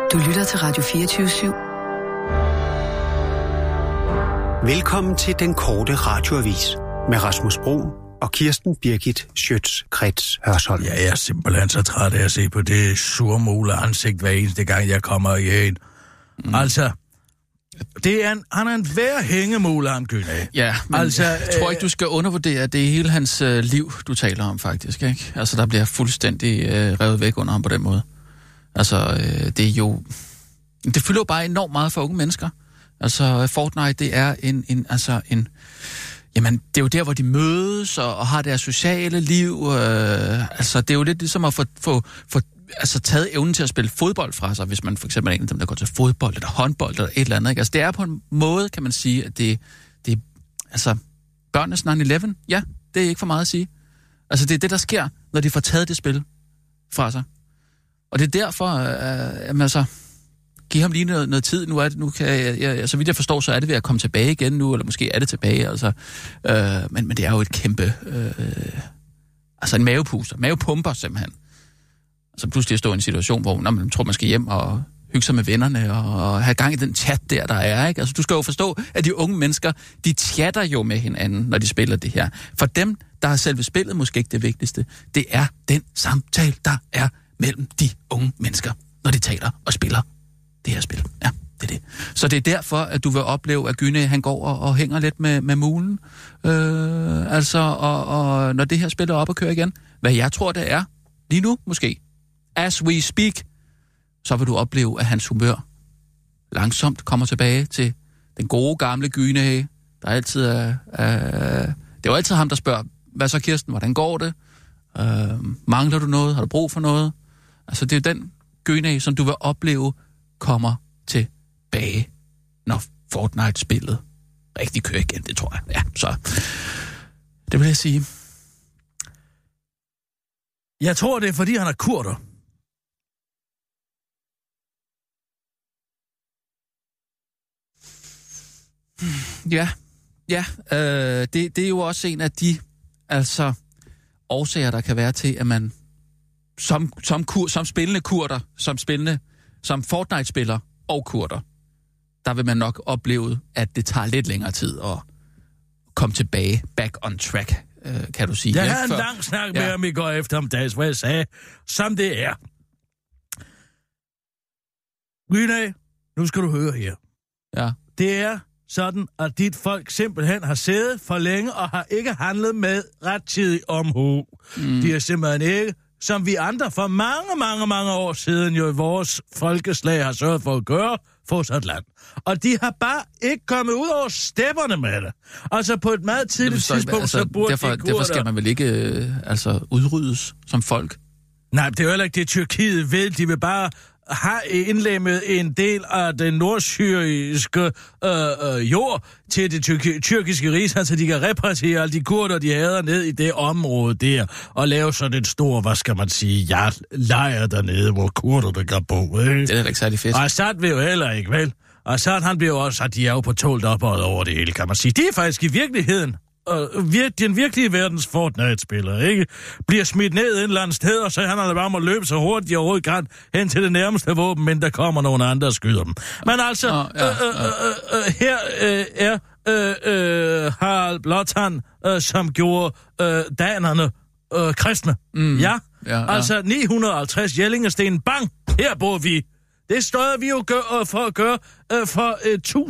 Du lytter til Radio 24/7. Velkommen til den korte radioavis med Rasmus Broen og Kirsten Birgit Schøtz-Krets Hørsholm. Jeg er simpelthen så træt af at se på det surmule ansigt hver eneste gang, jeg kommer igen. Altså, han er en værd hængemule, ham Gynæ. Ja, men altså, jeg tror ikke, du skal undervurdere, at det er hele hans liv, du taler om faktisk, ikke? Altså, der bliver fuldstændig revet væk under ham på den måde. Altså, det er jo... Det fylder jo bare enormt meget for unge mennesker. Altså, Fortnite, det er jamen, det er jo der, hvor de mødes og har deres sociale liv. Altså, det er jo lidt ligesom at få taget evnen til at spille fodbold fra sig, hvis man for eksempel er en af dem, der går til fodbold eller håndbold eller et eller andet. Ikke? Altså, det er på en måde, kan man sige, at det altså, børnenes 9/11, ja, det er ikke for meget at sige. Altså, det er det, der sker, når de får taget det spil fra sig. Og det er derfor, giv ham lige noget tid. Nu kan jeg, så vidt jeg forstår, så er det ved at komme tilbage igen nu, eller måske er det tilbage, altså. Men det er jo et kæmpe, en mavepumper simpelthen. Så pludselig at stå i en situation, hvor man tror, man skal hjem og hygge sig med vennerne og have gang i den chat der er, ikke? Altså, du skal jo forstå, at de unge mennesker, de chatter jo med hinanden, når de spiller det her. For dem, der har selve spillet, måske ikke det vigtigste, det er den samtale, der er mellem de unge mennesker, når de taler og spiller det her spil. Ja, det er det. Så det er derfor, at du vil opleve, at Gynæ, han går og hænger lidt med mulen. Og når det her spil er op og kører igen, hvad jeg tror, det er, lige nu måske, as we speak, så vil du opleve, at hans humør langsomt kommer tilbage til den gode gamle Gynæ, der altid er... det er jo altid ham, der spørger, hvad så Kirsten, hvordan går det? Mangler du noget? Har du brug for noget? Altså, det er den Gynæ, som du vil opleve, kommer tilbage, når Fortnite-spillet rigtig kører igen, det tror jeg. Ja, så det vil jeg sige. Jeg tror, det er, fordi han er kurder. Ja. Det er jo også en af de årsager, der kan være til, at man som spillende kurder, som Fortnite-spiller og kurder, der vil man nok opleve, at det tager lidt længere tid at komme tilbage, back on track, kan du sige. Jeg havde en lang snak med ham i går eftermiddags, hvor jeg sagde, som det er. Gynæ, nu skal du høre her. Ja. Det er sådan, at dit folk simpelthen har siddet for længe og har ikke handlet med rettidig omhu. De har simpelthen ikke, som vi andre for mange år siden jo i vores folkeslag har sørget for at gøre, få sig et land. Og de har bare ikke kommet ud over stepperne med det. Altså på et meget tidligt tidspunkt, så burde derfor skal man vel ikke udryddes som folk? Nej, det er jo heller ikke det, Tyrkiet vil. De vil bare har indlemmet en del af den nordsyriske jord til det tyrkiske rig, så de kan repatriere alle de kurder, de hader ned i det område der, og lave sådan en stor, hvad skal man sige, lejr dernede, hvor kurder der kan bo. Ikke? Det er da ikke særlig fedt. Og Assad vil jo heller ikke, vel? Assad, han bliver jo også, at de er jo på tålt op over det hele, kan man sige. Det er faktisk i virkeligheden den virkelige verdens Fortnite-spiller, ikke? Bliver smidt ned et eller andet sted, og så han er bare må løbe så hurtigt de overhovedet kan hen til det nærmeste våben, men der kommer nogle andre og skyder dem. Men altså, her er Harald Blåtand, som gjorde danerne kristne. Ja, altså 950 Jellingesten, bang, her bor vi. Det stod vi jo for at gøre for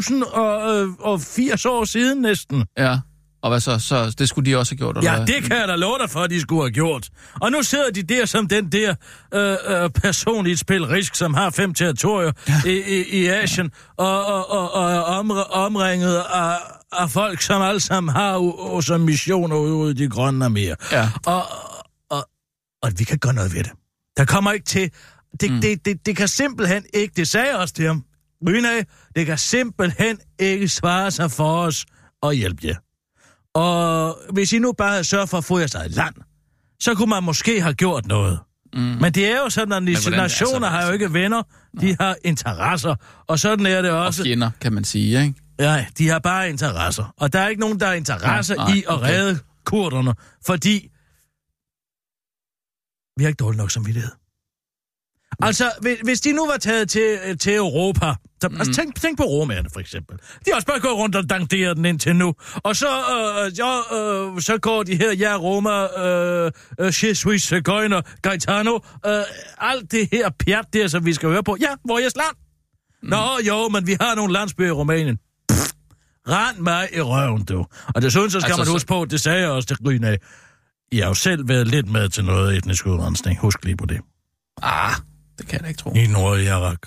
1080 år siden næsten. Ja. Og hvad så det skulle de også have gjort? Eller ja, det kan jeg da love dig for, at de skulle have gjort. Og nu sidder de der som den der person i et spil Risk, som har 5 territorier i Asien, og omringet af folk, som alle sammen har som missioner ude i de grønne arméer. Ja. Og vi kan gøre noget ved det. Der kommer ikke til... Det kan simpelthen ikke... Det sagde jeg også til ham. Gynæ, det kan simpelthen ikke svare sig for os og hjælpe jer. Og hvis I nu bare havde sørget for at få jer sig et land, så kunne man måske have gjort noget. Men det er jo sådan, at nationer har jo ikke venner, de har interesser. Og sådan er det også. Og fjender, kan man sige, ikke? Ja, de har bare interesser. Og der er ikke nogen, der har interesse i at redde kurderne, fordi vi har ikke dårligt nok samvittighed. Altså, hvis de nu var taget til Europa, altså tænk på romerne for eksempel. De har også bare gået rundt og dankeret den indtil nu. Og så går de her, Roma, Jesus, Sigøjner, Gaetano, alt det her pjat der, som vi skal høre på. Ja, hvor er land? Nå, jo, men vi har nogle landsbyer i Rumænien. Rend mig i røven, du. Og desuden så skal man huske på, det sagde jeg også til Gryn af. I har jo selv været lidt med til noget etnisk udrensning. Husk lige på det. Det kan jeg ikke tro. I Nord-Irak.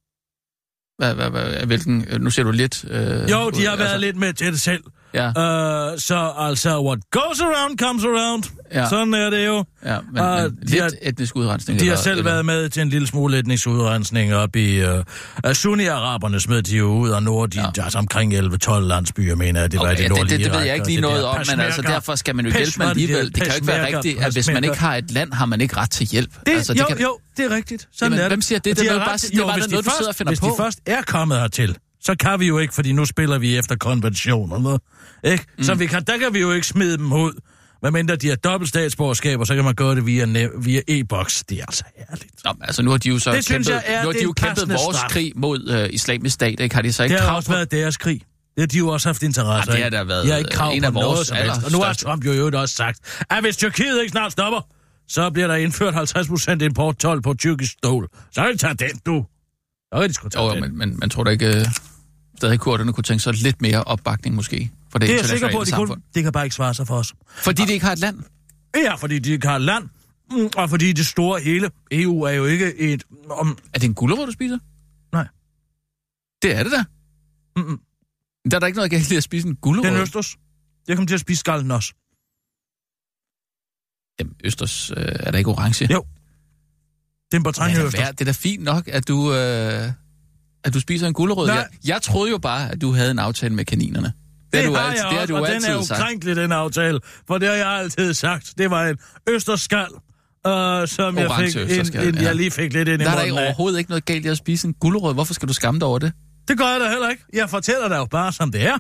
Hvilken? Nu ser du lidt... Jo, de har været lidt med til det selv. Ja. Så altså, what goes around comes around. Ja. Sådan er det jo. Ja, men lidt etnisk udrensning. De har selv været med til en lille smule etnisk udrensning op i... Sunni-araberne smed de jo ud af nord, altså omkring 11-12 landsbyer, mener jeg, det var det nordlige Irak. Det ved jeg ikke lige noget om, men altså derfor skal man jo hjælpe man alligevel. Det kan jo ikke være rigtigt, at hvis man ikke har et land, har man ikke ret til hjælp. Jo, det er rigtigt. Sådan er det. Hvem siger det? Det er bare noget, du sidder og finder på. Hvis de først er kommet hertil, så kan vi jo ikke, fordi nu spiller vi efter konventionerne, ikke? Så der kan vi jo ikke smide dem ud. Medmindre de har dobbelt statsborgerskab, og så kan man gøre det via e-boks. Det er altså herligt. Nå, altså nu har de jo så kæmpet vores krig mod islamisk stat, ikke? Har de så ikke krav på? Det har også været deres krig. Det har de jo også haft interesse i. Det har der været de har ikke krav en af vores allerstørste. Og nu har Trump jo også sagt, at hvis Tyrkiet ikke snart stopper, så bliver der indført 50% importtol på tyrkisk stål. Så kan de tage den, du. Så kan de sgu tage den. Men man tror da ikke... Stadig kurderne kunne tænke sig lidt mere opbakning måske for det internationale samfund. Det kan bare ikke svare sig for os. Fordi de ikke har et land? Ja, fordi de ikke har et land. Og fordi det store hele EU er jo ikke et... Er det en gulerod, du spiser? Nej. Det er det da. Der er der ikke noget galt i at spise en gulerod. Den østers. Jeg kommer til at spise skallen også. Jamen, østers er der ikke orange? Jo. Det er en portrængøsters. Det er da fint nok, at du spiser en gulerod. Jeg troede jo bare, at du havde en aftale med kaninerne. Det har jeg også, og den er jo krænkelig, den aftale. For det har jeg altid sagt. Det var en østerskal, som jeg fik jeg lige fik lidt ind i munden. Der er der overhovedet ikke noget galt i at spise en gulerod. Hvorfor skal du skamme dig over det? Det gør jeg da heller ikke. Jeg fortæller dig jo bare, som det er.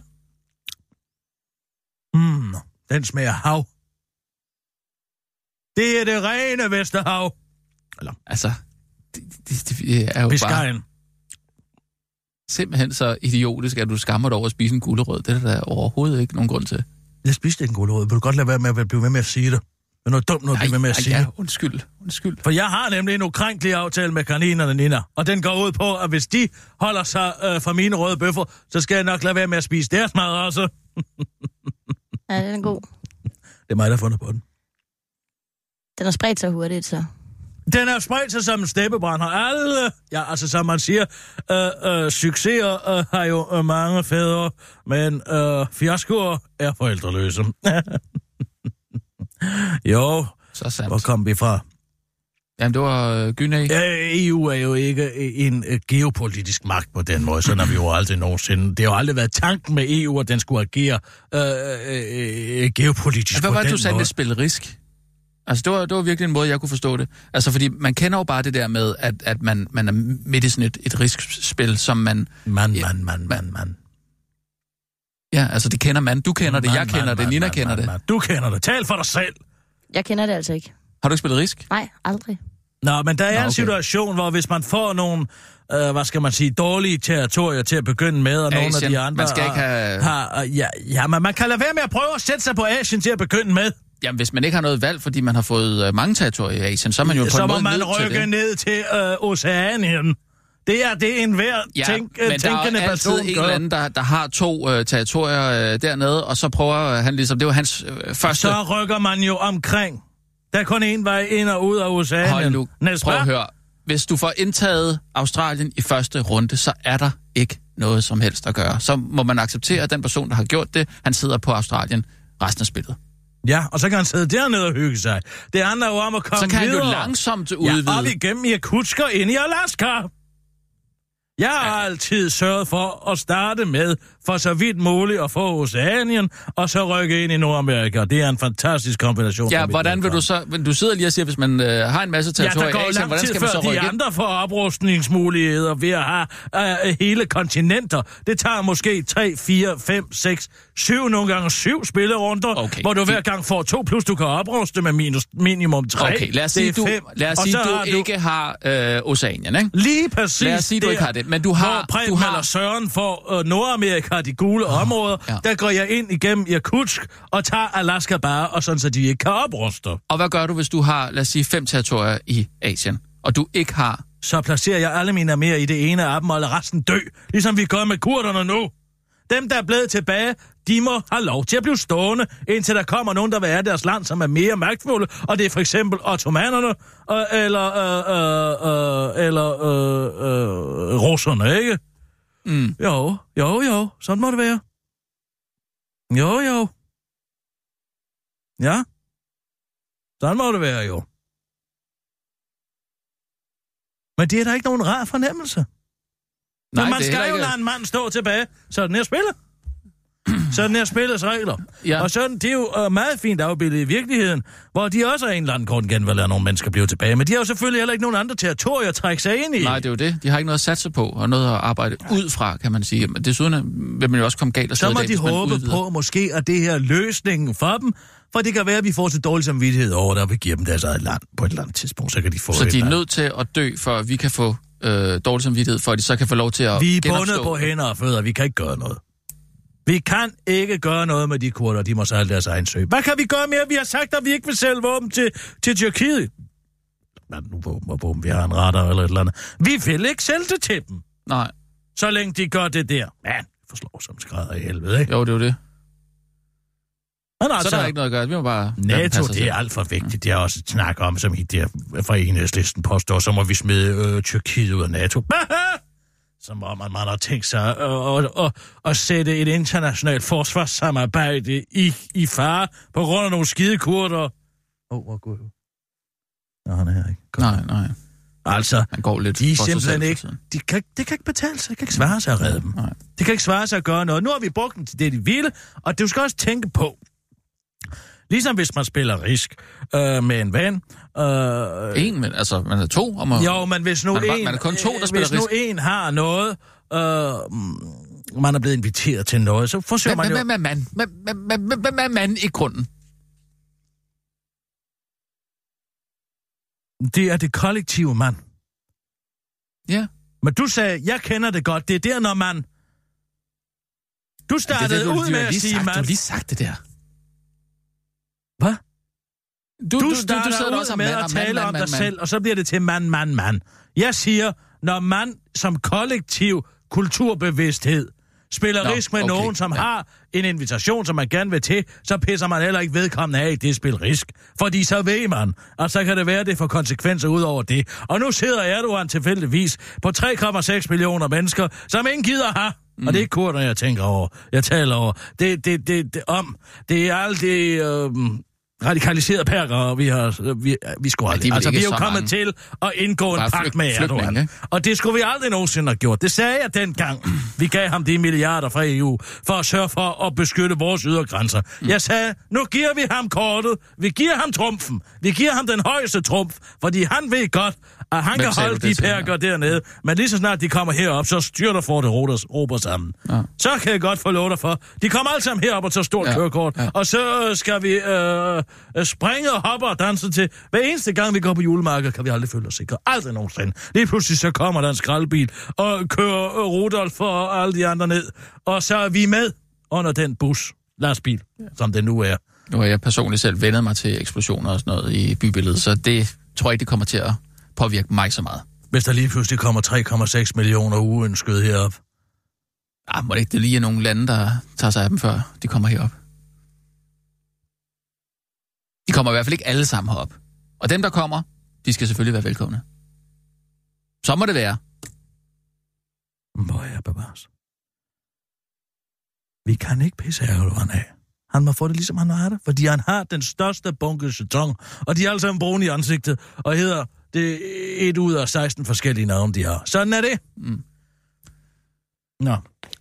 Den smager hav. Det er det rene Vesterhav. Eller? Altså, det er jo Biscayen. Bare... Simpelthen så idiotisk, at du skammer dig over at spise en gulerod. Det er der overhovedet ikke nogen grund til. Jeg spiste ikke en gulerod. Vil du godt lade være med at blive med at sige det? Det er noget dumt, når du bliver med at sige det. Undskyld. For jeg har nemlig en ukrænkelig aftale med kaninerne, Nina. Og den går ud på, at hvis de holder sig fra mine røde bøffer, så skal jeg nok lade være med at spise deres mad også. Ja, den er god. Det er mig, der har fundet på den. Den har spredt sig hurtigt, så. Den er spredt sig som en steppebrand, og alle, ja, altså som man siger, succeser har jo mange fædre, men fiaskoer er forældreløse. Jo, så sandt. Hvor kom vi fra? Jamen, det var Gynæ. EU er jo ikke en geopolitisk magt på den måde, sådan har vi jo aldrig nogensinde. Det har jo aldrig været tanken med EU, at den skulle agere geopolitisk på den måde. Hvad var det, du sagde med spilrisk? Altså, det var virkelig en måde, jeg kunne forstå det. Altså, fordi man kender jo bare det der med, at man er midt i sådan et riskspil, som man... Man. Ja, altså, det kender man. Du kender det, jeg kender det, Nina kender det. Du kender det. Tal for dig selv. Jeg kender det altså ikke. Har du ikke spillet risk? Nej, aldrig. Nå, men der er en situation, hvor hvis man får nogle, dårlige territorier til at begynde med, og Asien, nogle af de andre... Man skal ikke have... men man kan lade være med at prøve at sætte sig på Asien til at begynde med. Jamen, hvis man ikke har noget valg, fordi man har fået mange territorier i Asien, så er man jo på en måde nødt til det. Så må man rykke ned til Oceanien. Det er enhver tænkende person gør. Men der er altid en eller anden, der har 2 territorier dernede, og så prøver han ligesom... Det var hans første... Så rykker man jo omkring. Der er kun én vej ind og ud af Oceanien. Hold nu, prøv at høre. Hvis du får indtaget Australien i første runde, så er der ikke noget som helst at gøre. Så må man acceptere, at den person, der har gjort det, han sidder på Australien resten af spillet. Ja, og så kan han sidde dernede og hygge sig. Det handler jo om at komme videre. Så kan han jo langsomt udvide. Ja, op igennem Jakutsk og ind i Alaska. Jeg har altid sørget for at starte med, for så vidt muligt, at få Oceanien, og så rykke ind i Nordamerika. Det er en fantastisk kombination. Ja, hvordan vil du så... Du sidder lige og siger, hvis man har en masse territorier i Asien, hvordan skal man så rykke de andre får oprustningsmuligheder ved at have hele kontinenter. Det tager måske 3, 4, 5, 6, 7, nogle gange 7 spillerunder, hvor du hver gang får 2, plus du kan opruste med minimum 3. Okay, lad os sige, du ikke har Oceanien, ikke? Lige præcis. Lad os sige, du ikke har det, men du har... Du har Søren for Nordamerika, de gule områder, der går jeg ind igennem Irkutsk og tager Alaska bare, og sådan, så de ikke kan opruste. Og hvad gør du, hvis du har, lad os sige, 5 territorier i Asien, og du ikke har... Så placerer jeg alle mine arméer i det ene af dem, og lader resten dø, ligesom vi gør med kurderne nu. Dem, der er blevet tilbage, de må have lov til at blive stående, indtil der kommer nogen, der vil have deres land, som er mere magtfulde, og det er for eksempel ottomanerne, eller russerne, ikke? Mm. Jo, sådan må det være. Jo. Ja, sådan må det være, jo. Men det er da ikke nogen rar fornemmelse. Nej, man skal jo lade en mand stå tilbage, så den her spiller. Så den her spillets regler. Ja. Og sådan, det er jo meget fint afbildet i virkeligheden, hvor de også af en eller anden kontingent vil lade nogle mennesker blive tilbage. Men de har jo selvfølgelig heller ikke nogen andre territorier at trække sig ind i. Nej, det er jo det. De har ikke noget at satse på, og noget at arbejde ud fra, kan man sige. Men desuden vil man jo også komme galt og så må de håbe på, måske at det her løsningen for dem, for det kan være, at vi får til dårlig samvittighed over det, og vi giver dem deres eget land på et eller andet tidspunkt, så kan de få så de er nødt til at dø, for vi kan få dårlig samvittighed, for at de så kan få lov til at genopstå. Vi er bundet på hænder og fødder, vi kan ikke gøre noget. Vi kan ikke gøre noget med de kurder, de må sælge deres egen sø. Hvad kan vi gøre mere? Vi har sagt, at vi ikke vil sælge våben til Tyrkiet. Våben, vi har en radar eller et eller andet. Vi vil ikke sælge det til dem. Nej. Så længe de gør det der. Man, forslår som skrædder i helvede, ikke? Jo, det er jo det. Men altså, så der er ikke noget at gøre. Vi må bare... NATO, det er alt for vigtigt. Det er også et snak om, som I der fra Enhedslisten påstår, så må vi smide Tyrkiet ud af NATO. Som om man har tænkt sig at sætte et internationalt forsvarssamarbejde i fare på grund af nogle skide kurder. Hvor går du? Nå, han er her ikke. Nej. Altså, han går lidt de er simpelthen ikke... Det kan ikke betale sig. Det kan ikke svare sig at redde dem. Nej. Det kan ikke svare sig at gøre noget. Nu har vi brugt dem til det, de ville, og du skal også tænke på, ligesom hvis man spiller Risk med en ven. Men altså, man er 2 om at... Jo, men hvis nu man er kun 2, der spiller Risk. Hvis nu en har noget, man er blevet inviteret til noget, så forsøger man jo... Hvem er mand i grunden? Det er det kollektive mand. Ja. Men du sagde, jeg kender det godt. Det er der, når man... Du startede ud med at sige, mand... Du har lige sagt det der. Hvad? Du starter ud med at tale om dig selv, og så bliver det til mand. Jeg siger, når man som kollektiv kulturbevidsthed spiller Risk med nogen, som har en invitation, som man gerne vil til, så pisser man heller ikke vedkommende af i det spil Risk. Fordi så ved man, og så kan det være, det får konsekvenser ud over det. Og nu sidder Erdogan tilfældigvis på 3,6 millioner mennesker, som ingen gider have. Og det er ikke kurderne, jeg tænker over. Jeg taler over. Det er alt det... radikaliserede perker, vi skulle aldrig. Altså, vi er jo kommet til at indgå en pagt med Erdogan. Og det skulle vi aldrig nogensinde have gjort. Det sagde jeg dengang, vi gav ham de milliarder fra EU, for at sørge for at beskytte vores ydergrænser. Jeg sagde, nu giver vi ham kortet, vi giver ham trumfen, vi giver ham den højeste trumf, fordi han ved godt, at han kan holde de perker dernede, men lige så snart de kommer herop, så styrter for det råber sammen. Ja. Så kan jeg godt få lov dig for. De kommer alle sammen herop og tager stort kørekort, og så skal vi springe og hoppe og danse til. Hver eneste gang, vi går på julemarkedet, kan vi aldrig føle os sikre. Aldrig nogensinde. Lige pludselig så kommer der en skraldbil og kører Rudolf og alle de andre ned, og så er vi med under den lastbil, som det nu er. Nu har jeg personligt selv vendet mig til eksplosioner og sådan noget i bybilledet, så det tror jeg ikke, det kommer til at påvirke mig så meget. Hvis der lige pludselig kommer 3,6 millioner uønskede herop. Må det ikke det lige er nogle lande, der tager sig af dem, før de kommer herop? De kommer i hvert fald ikke alle sammen herop. Og dem, der kommer, de skal selvfølgelig være velkomne. Så må det være. Hvor er bevares. Vi kan ikke pisse Erdogan af. Han må få det ligesom han har det, fordi han har den største bunke jeton, og de er alle sammen brune i ansigtet, og hedder det 1 ud af 16 forskellige navne, de har. Sådan er det. Nå.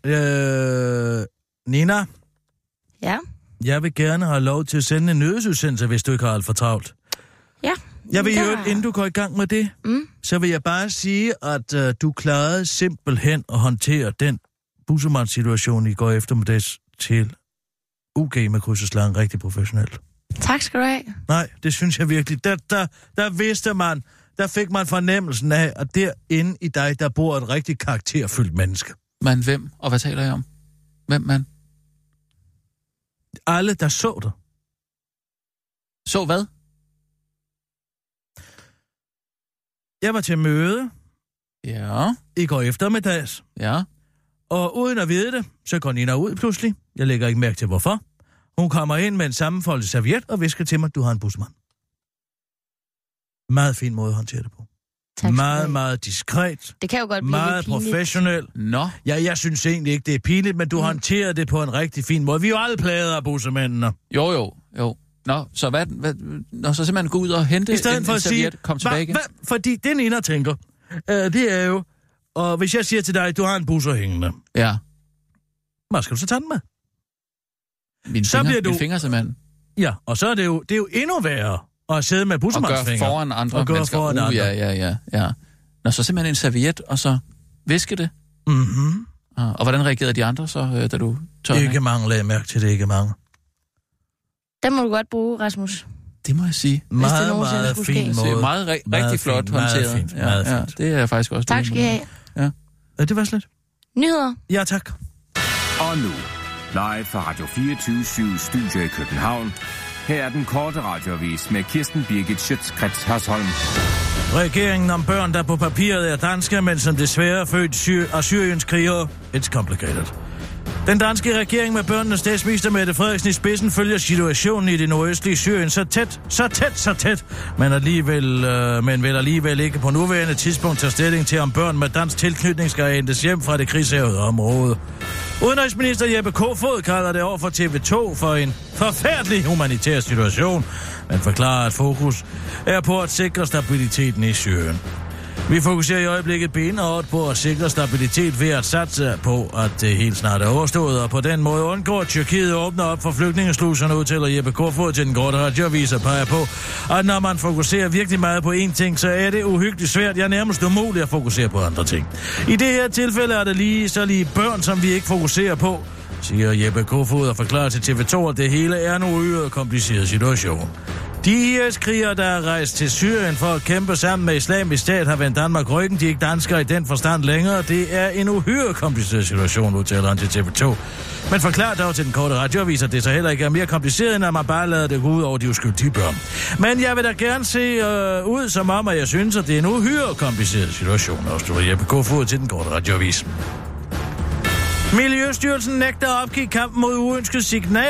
Nina, Ja? jeg vil gerne have lov til at sende en nyhedsudsendelse, hvis du ikke har alt for travlt. Ja. Jeg vil jo, inden du går i gang med det, så vil jeg bare sige, at du klarede simpelthen at håndtere den bussemandssituation i går eftermiddags til UG med krydseslangen rigtig professionelt. Tak skal du have. Nej, det synes jeg virkelig. Der vidste man, der fik man fornemmelsen af, at derinde i dig, der bor et rigtig karakterfyldt menneske. Men hvem, og hvad taler jeg om? Hvem, mand? Alle, der så dig. Så hvad? Jeg var til møde Ja, i går eftermiddags, ja. og uden at vide det, så går Nina ud pludselig. Jeg lægger ikke mærke til, hvorfor. Hun kommer ind med en sammenfoldet serviet og visker til mig, at du har en busmand. Meget fin måde at håndtere det på. Tak Meget, meget diskret. Det kan jo godt blive Meget lidt pinligt. professionel. Nå, Ja, jeg synes egentlig ikke, det er pinligt, men du håndterer det på en rigtig fin måde. Vi er jo alle plader af bussemændene. jo. Nå, så hvad Nå, så simpelthen gå ud og hente I stedet for en at sige, serviet, kom tilbage igen? fordi det Nina tænker, det er jo, og hvis jeg siger til dig, at du har en busser hængende, Ja, hvad skal du så tage den med? så bliver du... Min finger simpelthen. Ja, og så er det er jo endnu værre at sidde med Og bussemandsfinger. gøre foran andre og gøre mennesker. foran andre. Ja. Nå, så simpelthen en serviet, og så viske det. Mhm. Og hvordan reagerede de andre så, da du tør den af? Ikke mange, lagde mærke til det, ikke mange. Den må du godt bruge, Rasmus. Det må jeg sige. Meget, nogensinde meget skulle fin ske. måde. Det er meget rigtig flot fint, meget håndteret. fint, meget fint. Det er faktisk også... Tak skal I have. Det var slet. Nyheder. Ja, tak. Og nu, live fra Radio 24/7 Studio i København. Her er den korte radioavis med Kirsten Birgit Schøtz-Krets Hørsholm. Regeringen om børn, der på papiret er danske, men som desværre er født af Syriens krigere. It's complicated. Den danske regering med børnenes statsminister Mette Frederiksen i spidsen følger situationen i det nordøstlige Syrien så tæt, men vil alligevel ikke på nuværende tidspunkt tage stilling til, om børn med dansk tilknytning skal hentes hjem fra det krigshærgede område. Udenrigsminister Jeppe Kofod kalder det over for TV2 for en forfærdelig humanitær situation, men forklarer, at fokus er på at sikre stabiliteten i Syrien. Vi fokuserer i øjeblikket benhårdt på at sikre stabilitet ved at satse på, at det helt snart er overstået, og på den måde undgår, at Tyrkiet åbner op for flygtningesluserne, udtaler Jeppe Kofod til den korte radioavis og peger på, at når man fokuserer virkelig meget på én ting, så er det uhyggeligt svært, ja nærmest umuligt at fokusere på andre ting. I det her tilfælde er det lige børn, som vi ikke fokuserer på, siger Jeppe Kofod og forklarer til TV2, at det hele er en uhyre kompliceret situation. De IS-krigere, der er rejst til Syrien for at kæmpe sammen med Islamisk Stat, har vendt Danmark ryggen. De er ikke danskere i den forstand længere. Det er en uhyre kompliceret situation, udtaler han til TV2. Men forklar dog til den korte radioavis, at det så heller ikke er mere kompliceret, end at man bare lader det gå ud over de uskyldige børn. Men jeg vil da gerne se ud som om, at jeg synes, at det er en uhyre kompliceret situation, afslutter Jeppe Kofod til den korte radioavis. Miljøstyrelsen nægter at opgive kampen mod uønsket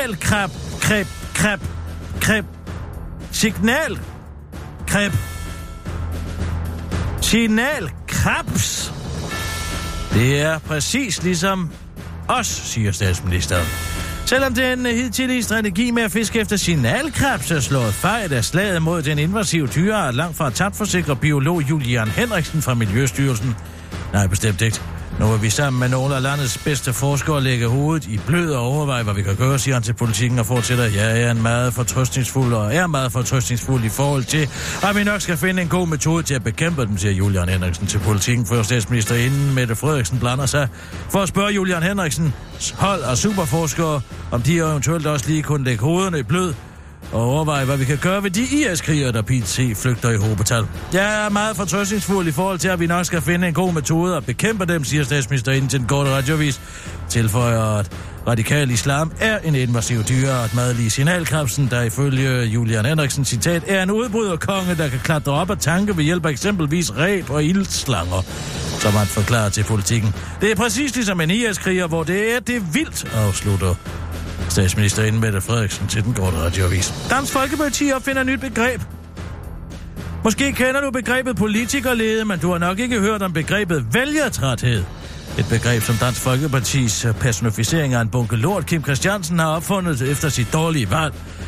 signalkrebs. Det er præcis ligesom os, siger statsministeren. Selvom den hidtidige strategi med at fiske efter signalkrebs er slået fejl af slaget mod den invasive dyreart langt fra tabt, forsikrer biolog Julian Henriksen fra Miljøstyrelsen. Nej, bestemt ikke. Nu vil vi sammen med nogle af landets bedste forskere lægge hovedet i blød og overveje, hvad vi kan gøre, siger han til Politikken og fortsætter. Jeg er meget fortrøstningsfuld i forhold til, at vi nok skal finde en god metode til at bekæmpe dem, siger Julian Henriksen til Politikken, før statsministerinden Mette Frederiksen blander sig. For at spørge Julian Henriksens hold af superforskere, om de eventuelt også lige kunne lægge hovederne i blød og overveje, hvad vi kan gøre ved de IS-krigere, der pt. Flygter i hobetal. Jeg er meget fortrøstningsfuld i forhold til, at vi nok skal finde en god metode at bekæmpe dem, siger statsministerinden til den korte radioavis. Tilføjer, at radikal islam er en invasiv dyreart, madlige signalkrebsen, der ifølge Julian Henriksen citat er en udbryderkonge, der kan klatre op ad tanke ved hjælp af eksempelvis ræb og ildslanger, som han forklarer til Politikken. Det er præcis ligesom en IS-kriger, hvor det er vildt, afslutter statsministerinden Mette Frederiksen til den korte radioavis. Dansk Folkeparti opfinder nyt begreb. Måske kender du begrebet politikerlede, men du har nok ikke hørt om begrebet vælgertræthed. Et begreb, som Dansk Folkepartis personificering af en bunke lort, Kim Christiansen, har opfundet efter sit dårlige valg.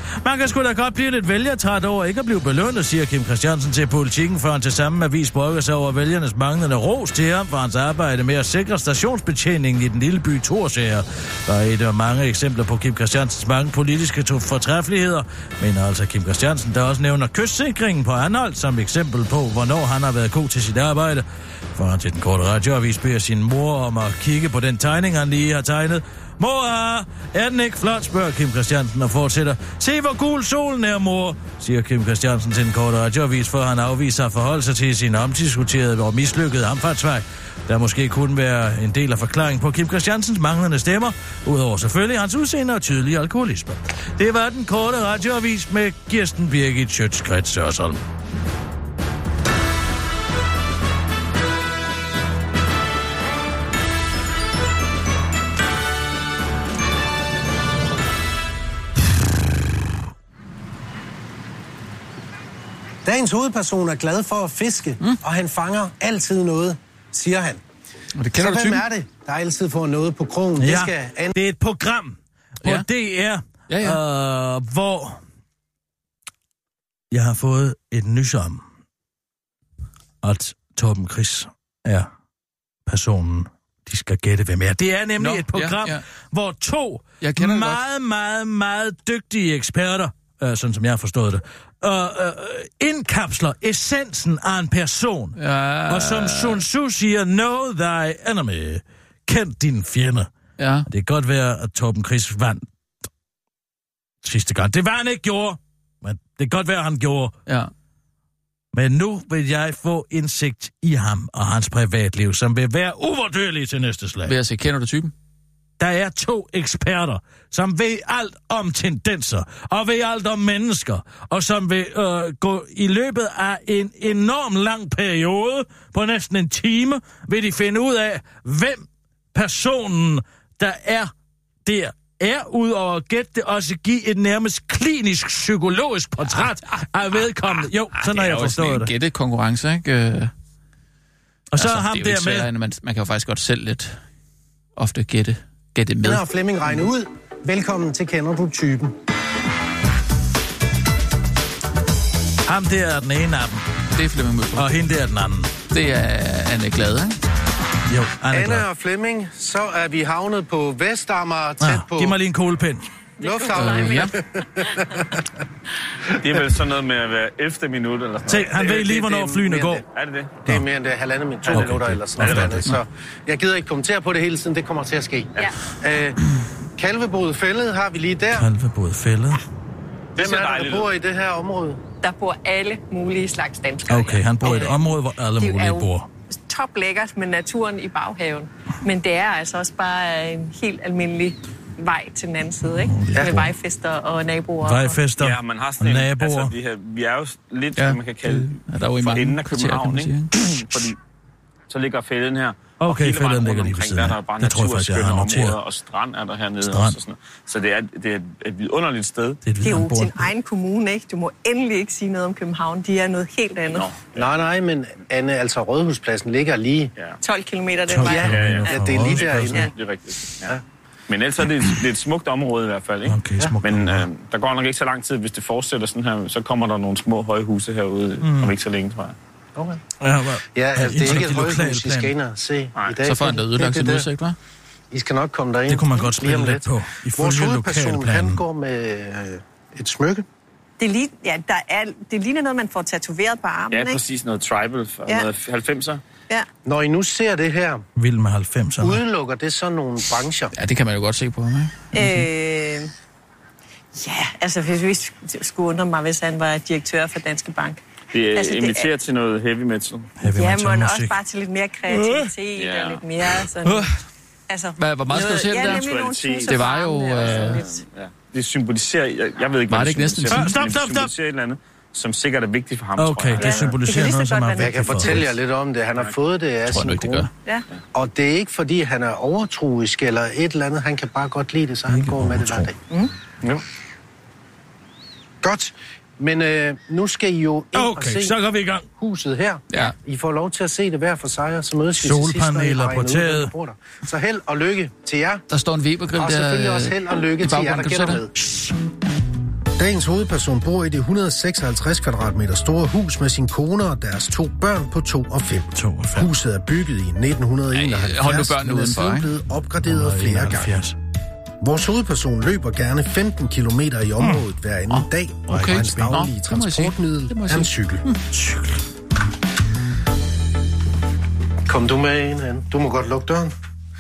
Man kan sgu da godt blive lidt vælgertræt over ikke at blive belønnet, siger Kim Christiansen til Politikken, før han til samme avis brygger sig over vælgernes manglende ros til ham for hans arbejde med at sikre stationsbetjeningen i den lille by Thorsager. Der er et af mange eksempler på Kim Christiansens mange politiske fortræffeligheder, men altså Kim Christiansen, der også nævner kystsikringen på Anholt som eksempel på, hvornår han har været god til sit arbejde. For han til den korte radioavis beder sin mor om at kigge på den tegning, han lige har tegnet. Mor, er den ikke flot, spørger Kim Christiansen og fortsætter. Se, hvor gul solen er, mor, siger Kim Christiansen til den korte radioavis, for han afviser at forholde sig til sin omdiskuterede og mislykkede omfartsvej, der måske kunne være en del af forklaringen på Kim Christiansens manglende stemmer, udover selvfølgelig hans udseende og tydelige alkoholisme. Det var den korte radioavis med Kirsten Birgit Schøtz-Krets Hørsholm. Dagens hovedperson er glad for at fiske, og han fanger altid noget, siger han. Og det kender så du hvem er det, der altid får noget på krogen? Ja, Det det er et program på DR, hvor jeg har fået et nys om, at Torben Chris er personen, de skal gætte, hvem er. Det er nemlig et program, hvor to meget dygtige eksperter, sådan som jeg har forstået det, indkapsler essensen af en person. Og som Sun Tzu siger, know thy enemy. Kend din fjende. Ja. Det kan godt være, at Torben Chris vandt sidste gang. Det var han ikke gjorde, men det kan godt være, at han gjorde. Ja. Men nu vil jeg få indsigt i ham og hans privatliv, som vil være uvurderlig til næste slag. Vil jeg se, kender du typen? Der er to eksperter, som ved alt om tendenser, og ved alt om mennesker, og som vil gå i løbet af en enorm lang periode, på næsten en time, vil de finde ud af, hvem personen, der er der, er ud over at gætte det, også give et nærmest klinisk psykologisk portræt af vedkommende. Jo, sådan har jeg forstået det. Det er jo en gættekonkurrence, ikke? Og så ham der med... Man kan jo faktisk godt selv lidt ofte gætte med. Den har Flemming regnet ud. Velkommen til Kender du typen. Ham der er den ene af dem. Det er Flemming Møller. Og hende der er den anden. Det er Anne Glad, ikke? Jo, Anne og Flemming, så er vi havnet på Vestamager, tæt på... Giv mig lige en kuglepen. Lufthavnen. Ja. Det er vel sådan noget med at være 11. minut eller sådan noget. Se, han ved lige, hvornår flyene går. Er det det? Det er mere end det, 1,5 minut, 2 minutter eller sådan noget. Så jeg gider ikke kommentere på det hele tiden, det kommer til at ske. Ja. Kalvebod Fællet har vi lige der. Kalvebod Fællet. Hvem er der bor i det her område? Der bor alle mulige slags danskere. Okay, han bor i et område, hvor alle mulige bor. Top lækkert med naturen i baghaven. Men det er altså også bare en helt almindelig vej til den anden side, ikke? Ja. Med vejfester og naboer. Vejfester ja, man har sådan og naboer. Altså, vi er jo lidt, hvad man kan kalde, for enden af København, ikke? Fordi så ligger fælden her. Okay, fælden ligger lige ved siden af. Der er bare natur, skønne områder, og strand er der hernede. Også, sådan. Så det er et vidunderligt sted. Det er jo sin egen kommune, ikke? Du må endelig ikke sige noget om København. De er noget helt andet. Nej, men Anne, altså Rådhuspladsen ligger lige... 12 kilometer den vej. Ja, det er lige derinde. Ja. Det er rigtigt. Ja. Men ellers er det et smukt område i hvert fald, ikke? Okay, men der går nok ikke så lang tid, hvis det fortsætter sådan her, så kommer der nogle små højhuse herude om ikke så længe, tror jeg. Okay. Ja, altså, det er ikke et højhus, I skal ind og se i dag. Så får han da ødelagt sin udsigt, hva'? I skal nok komme derind. Det kunne man godt spille lidt på. Vores hovedperson, han går med et smykke. Det ligner noget, man får tatoveret på armen, ikke? Ja, præcis. Noget tribal fra noget 90'er. Ja. Når I nu ser det her, Vild med 90'erne. Udelukker det så nogle brancher? Ja, det kan man jo godt se på, ikke? Ja, altså hvis vi skulle undre mig, hvis han var direktør for Danske Bank. Det altså, inviterer til noget heavy metal. Ja, men også bare til lidt mere kreativitet og lidt mere sådan... Altså, hvor meget skal du se det der? Det var jo... Det symboliserer... Jeg ved ikke, hvad det symboliserer. Stop. Det symboliserer et eller andet, som sikkert er vigtigt for ham, okay, tror jeg. Det symboliserer noget, som er vigtigt. Jeg kan fortælle jer lidt om det. Han har fået det af sin kone. Ja. Og det er ikke, fordi han er overtroisk eller et eller andet. Han kan bare godt lide det, så han går med det hver dag. Ja. Godt. Men nu skal I jo ind og se så går vi i gang. Huset her. Ja. I får lov til at se det hver for sig, og så mødes vi solpaneler på taget. Så held og lykke til jer. Der står en Weber-grill der. Og selvfølgelig også held og lykke til jer, der gætter med. Dagens hovedperson bor i det 156 kvadratmeter store hus med sin kone og deres 2 børn på 2 og 5. Huset er bygget i 1971, hold nu børnene men er udenfor, siden blevet opgraderet flere gange. Vores hovedperson løber gerne 15 kilometer i området hver anden dag, og hans daglige transportmiddel er en cykel. Kom du med ind, Anne. Du må godt lukke døren.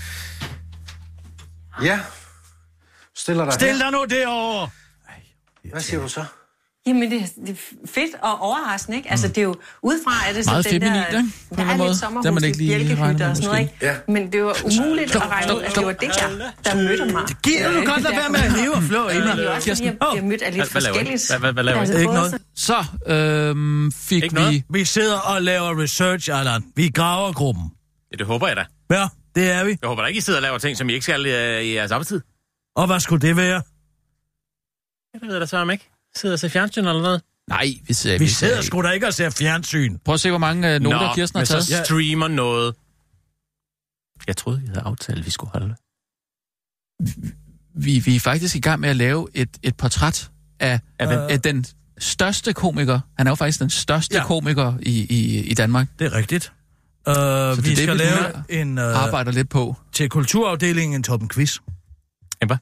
Ja. Stil dig nu derovre! Hvad siger du så? Jamen, det er fedt og overraskende, ikke? Altså, det er jo udefra, er det meget så den der... Der er lidt sommerhus, lidt bjælkehytter og sådan noget, ikke? Ja. Men det var umuligt at regne ud, at det var det der mødte mig. Det giver du godt lade være med at hæve og flå i mig. Det er også, fordi jeg bliver mødt af lidt forskelligt. Hvad laver I? Ikke noget. Så fik ikke vi... noget? Vi sidder og laver research, Allan. Vi graver gruppen. Ja, det håber jeg da. Ja, det er vi. Jeg håber da ikke, I sidder og laver ting, som I ikke skal i jeres arbejdstid. Og hvad skulle det være? Jeg ved da så om ikke. Sidder og ser fjernsyn eller noget? Nej, vi sidder sgu da ikke og ser fjernsyn. Prøv at se, hvor mange noter Kirsten har taget. Så streamer noget. Jeg troede, vi havde aftalt, at vi skulle holde. Vi er faktisk i gang med at lave et portræt af den største komiker. Han er jo faktisk den største komiker i Danmark. Det er rigtigt. Vi skal lave en... arbejder lidt på. Til kulturafdelingen en Torben Quiz. Hvad?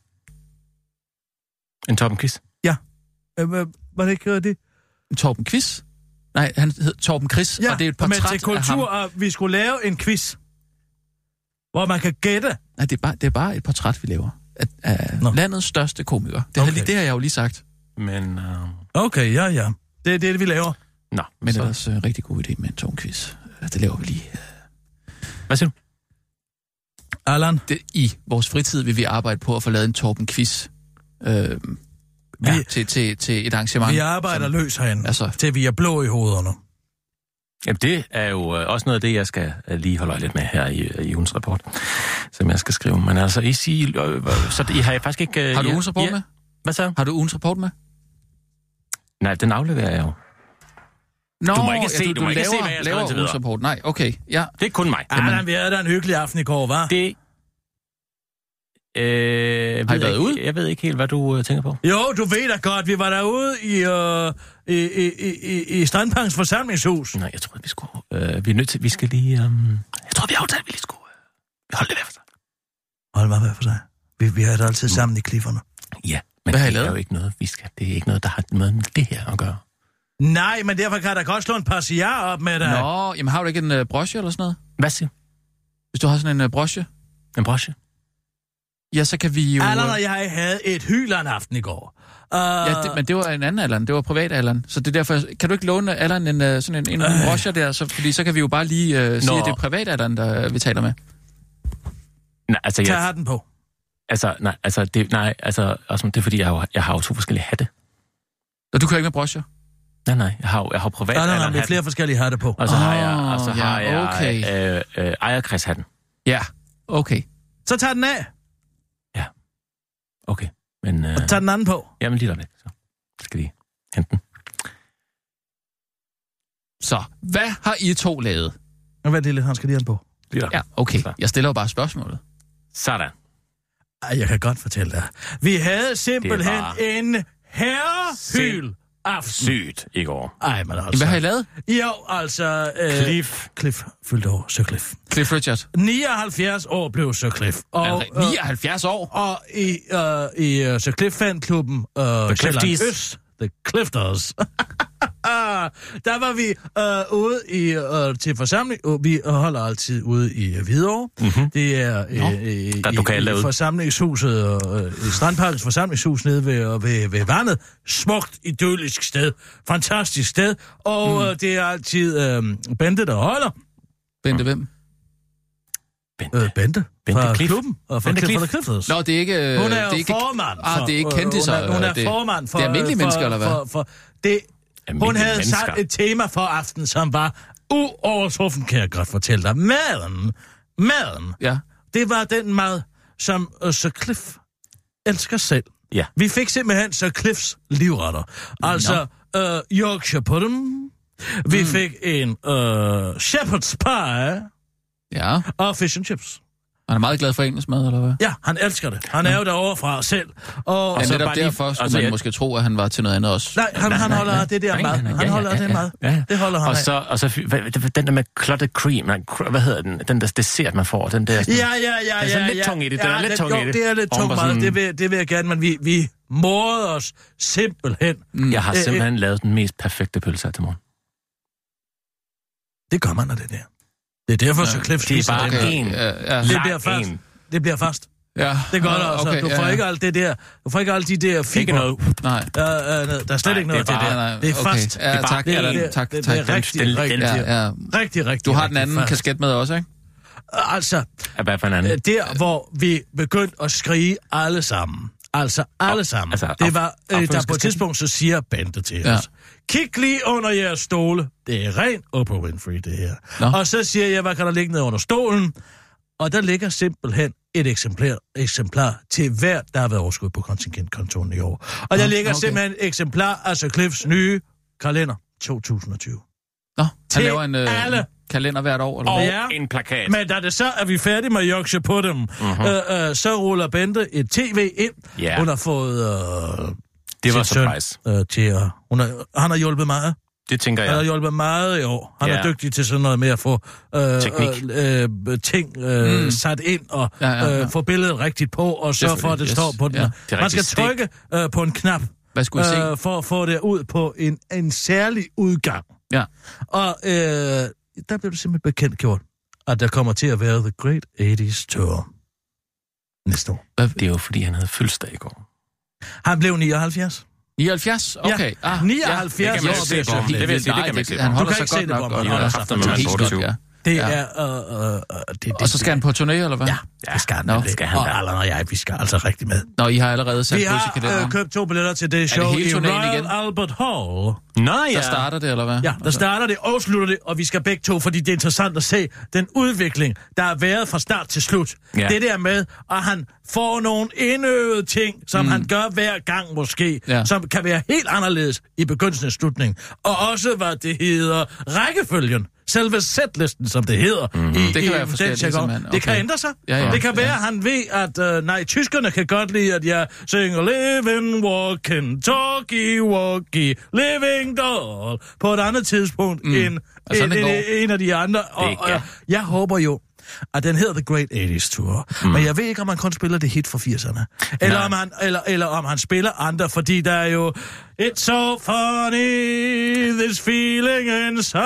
En Torben Quiz? Ja. Var det ikke det? En Torben Quiz? Nej, han hed Torben Chris, og det er et portræt men til kultur, af ham. Vi skulle lave en quiz, hvor man kan gætte. Nej, det er bare et portræt, vi laver. Af landets største komiker. Det har jeg jo lige sagt. Men... Okay, ja. Det er det, vi laver. Nå. Men det er også en rigtig god idé med en Torben Quiz. Det laver vi lige. Hvad siger du? Allan? I vores fritid vil vi arbejde på at få lavet en Torben Quiz. Til et arrangement. Vi arbejder løs herinde, til vi er blå i hovederne. Jamen, det er jo også noget af det, jeg skal lige holde øje lidt med her i ugens rapport, som jeg skal skrive. Men altså, I siger... så I har jeg faktisk ikke... Har du ugens rapport med? Hvad så? Har du ugens rapport med? Nej, den afleverer jeg jo. Nå, du må ikke se, du må ikke se, hvad jeg laver ugens rapport. Nej, okay, ja. Det er kun mig. Allan, vi havde da en hyggelig aften i går, hva'? Det... har I været ude? Jeg ved ikke helt, hvad du tænker på. Jo, du ved da godt, vi var derude i Strandparks forsamlingshus. Nej, jeg tror, vi skulle... vi er nødt til... Vi skal lige... jeg tror, vi aftalte, vi lige skulle... holde det hver for sig. Hold mig hver for sig. Vi har det altid sammen i klifferne. Ja, men det er jo ikke noget, vi skal... Det er ikke noget, der har noget med det her at gøre. Nej, men derfor kan der godt slå en par cigarer op med dig. Nå, jamen har du ikke en broche eller sådan noget? Hvad siger du? Hvis du har sådan en broche? En broche? Ja, så kan vi jo... Allan og jeg havde et hyleraften i går. Men det var en anden Allan. Det var privat Allan. Så det er derfor... Kan du ikke låne Allan sådan en broche der? Fordi så kan vi jo bare lige sige, at det er privat Allan, der vi taler med. Nej, altså... Tag hatten på. Det er fordi, jeg har jo 2 forskellige hatte. Og du kan ikke med brocher? Nej, jeg har privat Allan. Nej, der er flere forskellige hatte på. Og så har jeg, ejerkredshatten. Ja, okay. Så tag den af. Ja, okay. Men, og tag den anden på. Jamen lige lidt. Så skal lige hente den. Så, hvad har I 2 lavet? Hvad er det, han skal lige have den på? Ja, okay. Jeg stiller jo bare spørgsmålet. Sådan. Jeg kan godt fortælle dig. Vi havde simpelthen en herrehyl. Sygt i går. Ej, men altså... Hvad har I lavet? Jo, altså... Cliff fyldte år, Sir Cliff. Cliff Richard. 79 år blev Sir Cliff. Og, 79 år? Og i Sir Cliff-fanklubben... The Clifties. The Clifters. Der var vi ude til forsamling. Vi holder altid ude i Hvidovre. Mm-hmm. Det er i forsamlingshuset, i Strandparkens forsamlingshus nede ved vandet. Smukt, idyllisk sted. Fantastisk sted. Og det er altid Bente, der holder. Bente hvem? Bente fra klubben. Og fra Clifters. Nå, det er ikke... Hun er jo formand. Det er ikke kendiser. Hun er formand for... Det er almindelige mennesker, eller hvad? Hun havde sat et tema for aften, som var uovertruffen, kan jeg godt fortælle dig. Maden. Ja. Det var den mad, som Sir Cliff elsker selv. Ja. Vi fik simpelthen Sir Cliffs livretter. Altså Yorkshire pudding. Vi fik en shepherd's pie. Ja. Og fish and chips. Han er meget glad for engelsk mad, eller hvad? Ja, han elsker det. Han er jo derovre fra selv. Og Ja, så netop bare lige- derfor skulle man måske tro, at han var til noget andet også. Nej, han holder af det der mad. Han holder af det mad. Ja. Det holder han Og så den der med clotted cream, hvad hedder den? Den der dessert, man får, den der... Ja. Den er sådan lidt tung i det. Den er lidt tung i det. det er lidt tung mad. Det vil jeg gerne, men vi morder os simpelthen. Jeg har simpelthen lavet den mest perfekte pølse her til morgen. Det gør man af det der. Det er derfor, så Cliff Det er spiser bare det. en Det bliver fast. Det bliver fast. Ja. Det gør det også. Okay, Du får ikke alt det der. Du får ikke alle de der fiber. Ikke noget. Nej. Der er slet ikke noget til det. Det er fast. Ja, tak. Det er rigtig. Du har den anden kasket med også, ikke? Altså, Hvad for en anden? der hvor vi begyndte at skrige alle sammen. Altså alle sammen. Altså, Det var, der på et tidspunkt, så siger Bente til os. Kig lige under jeres stole. Det er ren Oprah Winfrey, det her. Nå. Og så siger jeg, hvad kan der ligge nede under stolen? Og der ligger simpelthen et eksemplar til hver, der har været overskud på kontingentkontoen i år. Og der ligger simpelthen et eksemplar af Sir Cliffs nye kalender 2020. Nå, han Til laver en alle. kalender hvert år, eller Og hvad? en plakat. Men da det så er vi færdige med at jokse på dem, så ruller Bente et tv ind. Ja. Hun har fået Det var sin søn, surprise. til at... Han har hjulpet meget. Det tænker Han har jeg. hjulpet meget i år. Han Ja. er dygtig til sådan noget med at få Teknik. ting sat ind og Ja. få billedet rigtigt på, og sørge for, at det står på den. Ja. Det er Man skal rigtig trykke på en knap Hvad skulle jeg se? for at få det ud på en særlig udgang. Ja. Og der blev det simpelthen bekendt gjort, at der kommer til at være The Great 80's Tour næste år. Det er jo, fordi han havde fødselsdag i går. Han blev 79. 79? Okay. Ja, 79 Det kan man år. ikke se på ham. Det vil jeg sige, det kan man ikke se på Han ham. holder Du kan sig ikke godt se det nok. på ham. og- Han har haft ham, når han helt var godt, 28. ja. Det Ja. er... Og så skal han på turné, eller hvad? Ja, det skal han. Nå, Det skal han og da. Allan og jeg, vi skal altså rigtig med. Nå, I har allerede sat Vi kryds i har kalenderen. købt 2 billetter til det show hele i turnéen Royal igen? Albert Hall. Nå ja. Der starter det, eller hvad? Ja, der starter det og slutter det, og vi skal begge to, fordi det er interessant at se den udvikling, der har været fra start til slut. Ja. Det der med, at han får nogle indøvede ting, som han gør hver gang måske, som kan være helt anderledes i begyndelsen og slutningen. Og også, hvad det hedder, rækkefølgen. Selve setlisten, som det hedder. Det kan være forskelligt, den jargon. simpelthen. Det kan Okay. ændre sig. Ja. Det kan være, at han ved, at tyskerne kan godt lide, at jeg synger living, walking, talkie, walkie, living doll på et andet tidspunkt end en af de andre. Og jeg håber jo, at den hedder The Great 80's Tour. Men jeg ved ikke, om han kun spiller det hit fra 80'erne. Eller om han spiller andre, fordi der er jo It's so funny, this feeling inside.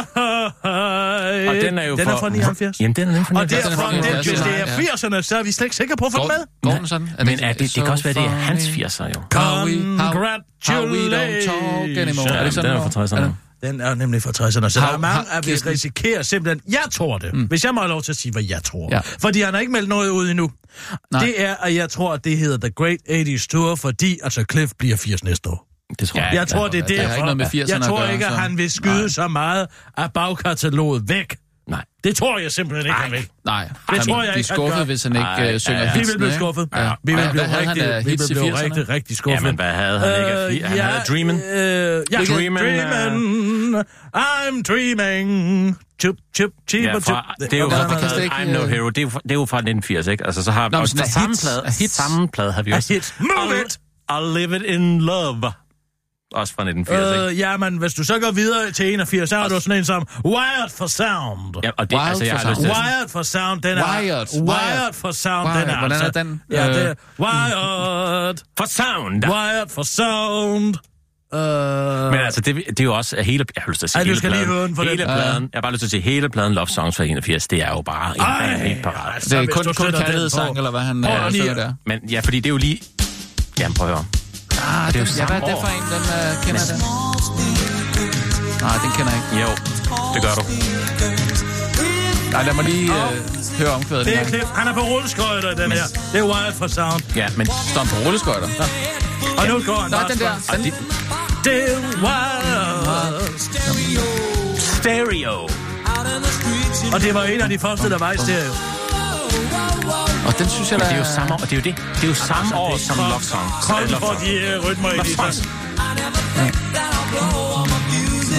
Og den er jo den er fra 79. Jamen, den er fra 79. Og derfor, den hvis det er ja. 80'erne, så er vi slet ikke sikre på at få den med. Går den sådan? Men det kan også være, det er hans 80'er jo. How we don't talk anymore. Er det sådan Den er fra 60'erne. Den er nemlig fra 60'erne, så der er mange, at vi risikerer simpelthen... Jeg tror det, hvis jeg må have lov til at sige, hvad jeg tror. Ja. Fordi han har ikke meldt noget ud endnu. Nej. Det er, at jeg tror, at det hedder The Great 80's Tour, fordi altså Cliff bliver 80 næste år. Det tror jeg. Jeg tror, det er det har derfor. ikke noget med 80'erne Jeg tror at gøre, ikke, at så. han vil skyde så meget af bagkataloget væk. Nej. Det tror jeg simpelthen ikke, han vil. Nej, Det tror jeg de er ikke, han skuffet, gør. hvis han ikke synger Vi vil hitsene, blive ikke? skuffet. Ja. Vi vil Hvad blive havde han af hits i 80'erne? rigtig skuffet. Jamen, hvad havde han ikke? Han havde Dreamin'. Ja, Dreamin', I'm dreaming. Chup, chup, chip, Ja, chup. det er jo Hvordan fra kan det ikke- I'm No Hero. Det er jo fra 1980, ikke? Altså, så har Nå, men og sådan fra samme plade har vi også. Hit. Move it! I'll live it in love. Også fra 1980, ikke? Ja, men hvis du så går videre til 81, så har du sådan en som Wired for Sound. Ja, og det, Wild altså, jeg for har lyst til at... Wired for Sound, den er... Wired for Sound, Wired. den er Hvordan er altså... den? Ja, det er Wired. For sound! Wired for Sound. Men altså, det er jo også hele... Jeg har lyst til at sige Ej, du hele skal lige pladen. høre den for hele den. pladen. Jeg har bare lyst til at sige hele pladen Love Songs fra 81. Det er jo bare en helt parat. altså, Det er hvis kun du sætter den kærlighedssang, på. eller hvad han Prøv lige- synger der. Men ja, fordi det er jo lige... Jamen, prøv at høre. Ah, det er jo ja, samme hvad er det år. for en, den kender den? Nej, den kender jeg ikke. Jo, det gør du. Nej, lad mig lige høre omkvædet. Det er Cliff. Han er på rulleskøjter, den her. Det er Wired for Sound. Ja, men... Står han på rulleskøjter? Og nu går han. Nå, bare den der. straks. Den, Det er Wired. Stereo. Og det var en af de første, der var i stereo. og den synes jeg, Men der det er jo samme år, det er jo det. Det er jo samme år som Love Song. Kom for de rytmer i det. Og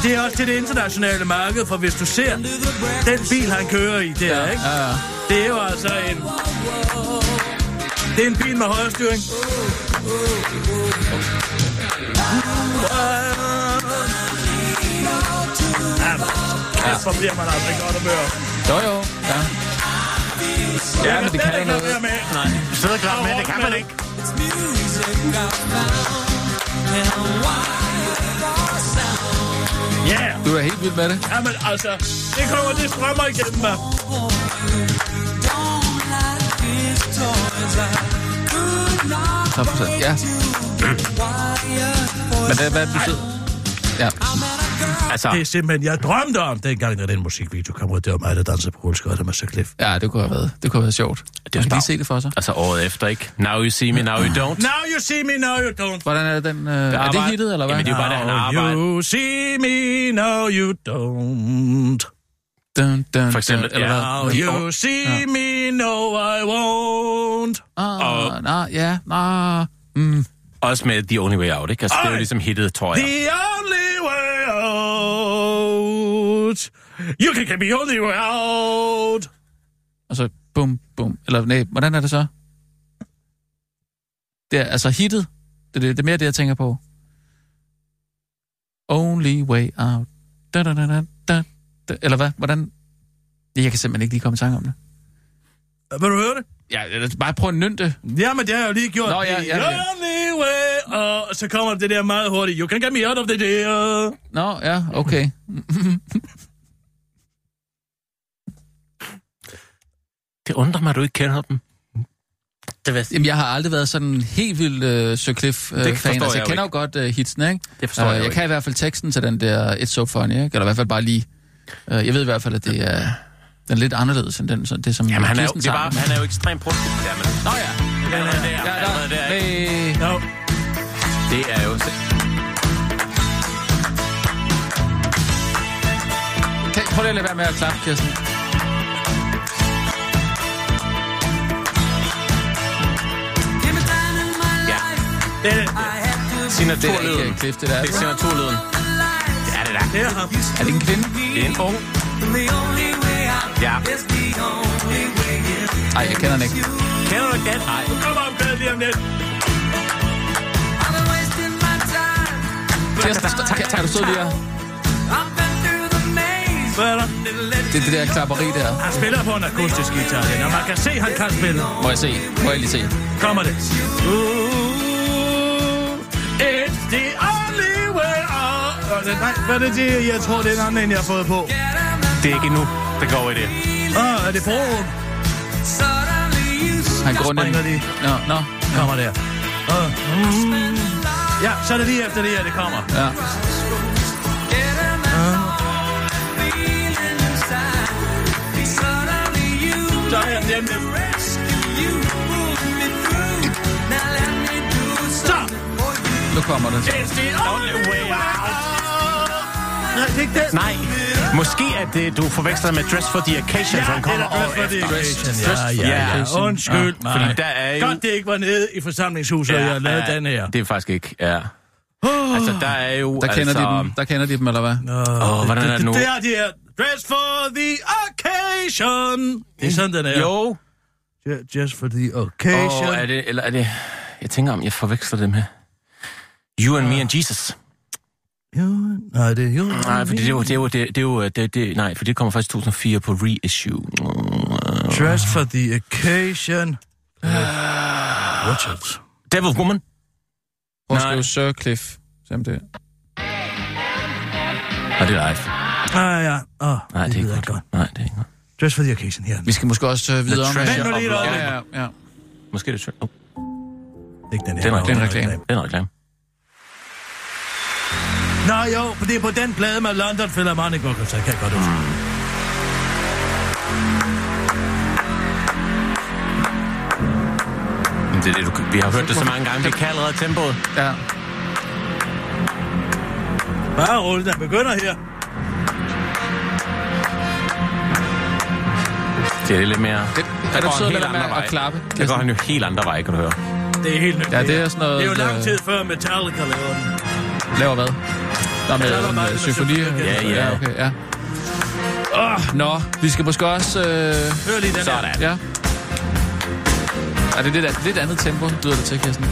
Og det er også til det internationale marked, for hvis du ser den bil, han kører i der, ikke? Ja. Det er jo altså en... Det er en bil med højrestyring. Ja, så bliver man altså godt at høre. Jo, ja. Ja, men det kan jo noget. Nej, sidder klart med, det kan man ikke. Ja! Du er helt vild med det. Jamen altså, det kommer, det strømmer igennem mig. 100%, ja. Men det er, hvad betyder? Ja. Altså, Det er simpelthen, jeg drømte om, dengang, da den musikvideo kom ud. Det var mig, der dansede på rulleskøjter med Sir Cliff. Ja, det kunne have været. Det kunne have været sjovt. det er Man kan lige se det for sig. altså året efter, ikke? Now you see me, now you don't. Now you see me, now you don't. Hvordan er den? Er det hittet, eller hvad? Jamen, det er jo bare, der han arbejder. Now you see me, now you don't. Dun, For eksempel, eller hvad? Now you see me, no I won't. Også med The Only Way Out, ikke? Altså, det er jo ligesom hittet, tror jeg. The only way out. You can get me only way out. Og så bum, bum. Eller nej, hvordan er det så? Det er altså hittet. Det er mere det, jeg tænker på. Only way out. Da, da, da, da, da. Eller hvad? Hvordan? Jeg kan simpelthen ikke lige komme i tanke om det. Vil du høre det? Ja, bare prøv at nynde. Jamen, det har jeg jo lige gjort. Nå, ja. The only way. Og så kommer det der meget hurtigt. You can get me out of the day. Nå, ja, okay. Det undrer mig, at du ikke kender dem. Jamen, jeg har aldrig været sådan helt vild Sir Cliff-fan. Altså, jeg kender jo godt hitsene, ikke? Det forstår jeg jo Jeg ikke. kan i hvert fald teksten til den der It's So Funny, ikke? Eller i hvert fald bare lige... jeg ved i hvert fald, at det er... Den er lidt anderledes end den, det som... Jamen, han er jo, Kirsten sang. han er jo ekstremt produktiv. Jamen. Nå ja. Det er jo... Prøv lige at lade være med at klappe, Kirsten. Ja. Det er signaturlyden. Det er ikke Cliff, det der. Det er signaturlyden. Det er det der. Det er ham. Er det en kvinde? Det er en ung. Ja. Nej, jeg kender den ikke. Kender du ikke den? Nej. Nu kommer han med lige om lidt. Kirsten, tager du stod lige her? Hvad er der? Det er det der klapperi der. Han spiller på en akustisk guitar, og man kan se, at han kan spille. Må jeg se? Må jeg lige se? Kommer det. It's the only way out. Nej, hvad er det? Jeg tror, det er en anden, jeg har fået på. Det er ikke endnu. Det går i det. Er det broen? Han går rundt Springer ind. lige. Nå. Kommer der. Ja, så er det lige efter det her, det kommer. Ja. Så er jeg nemlig. Så! Nu kommer det. It's the only way out. Nej, det er ikke det. Nej. Måske at du forveksler med Dress for the Occasion, som kommer Dress for the Occasion. Ja. Undskyld mig. Fordi der er jo... Godt, det ikke var nede i forsamlingshuset, og jeg lavede den her. Det er faktisk ikke, ja. Altså, der er jo... Der kender de dem, eller hvad? Hvordan er det nu? Det er de her. Dress for the Occasion. Det er sådan, den er. Jo. Just for the Occasion. Er det... Jeg tænker om, jeg forveksler det med... You and Me and Jesus. Nej, det er jo... Nej, for nej, for det kommer faktisk 2004 på reissue. Dress for the Occasion. Richards. Devil Woman. Prøv at skrive Sir Cliff. Simpelthen. Og det er live. Ja. Nej, det er ikke godt. Nej, det er ikke godt. Dress for the Occasion her. Vi skal måske også videre om... Vent nu lige et øjeblik. Ja. Måske er det... Ikke den her. Det er en reklame. Det er en reklame. Nå jo, for det er på den plade med London Philharmonic Orchestra, kan jeg godt huske. Det er det, vi har hørt det så mange gange. Vi kan allerede tempoet. Ja. Bare rulle, den begynder her. Det er lidt mere... Er du sød med at klappe? Der går han jo helt andre veje, kan du høre. Det er helt nyt. Ja, det er sådan noget... Det er jo lang tid før Metallica laver den. Laver hvad? Der med symfoni. Ja. Okay, ja. Nå, vi skal måske også... Hør lige den Sådan. Ja. Er det lidt andet tempo, lyder det til, Kirsten?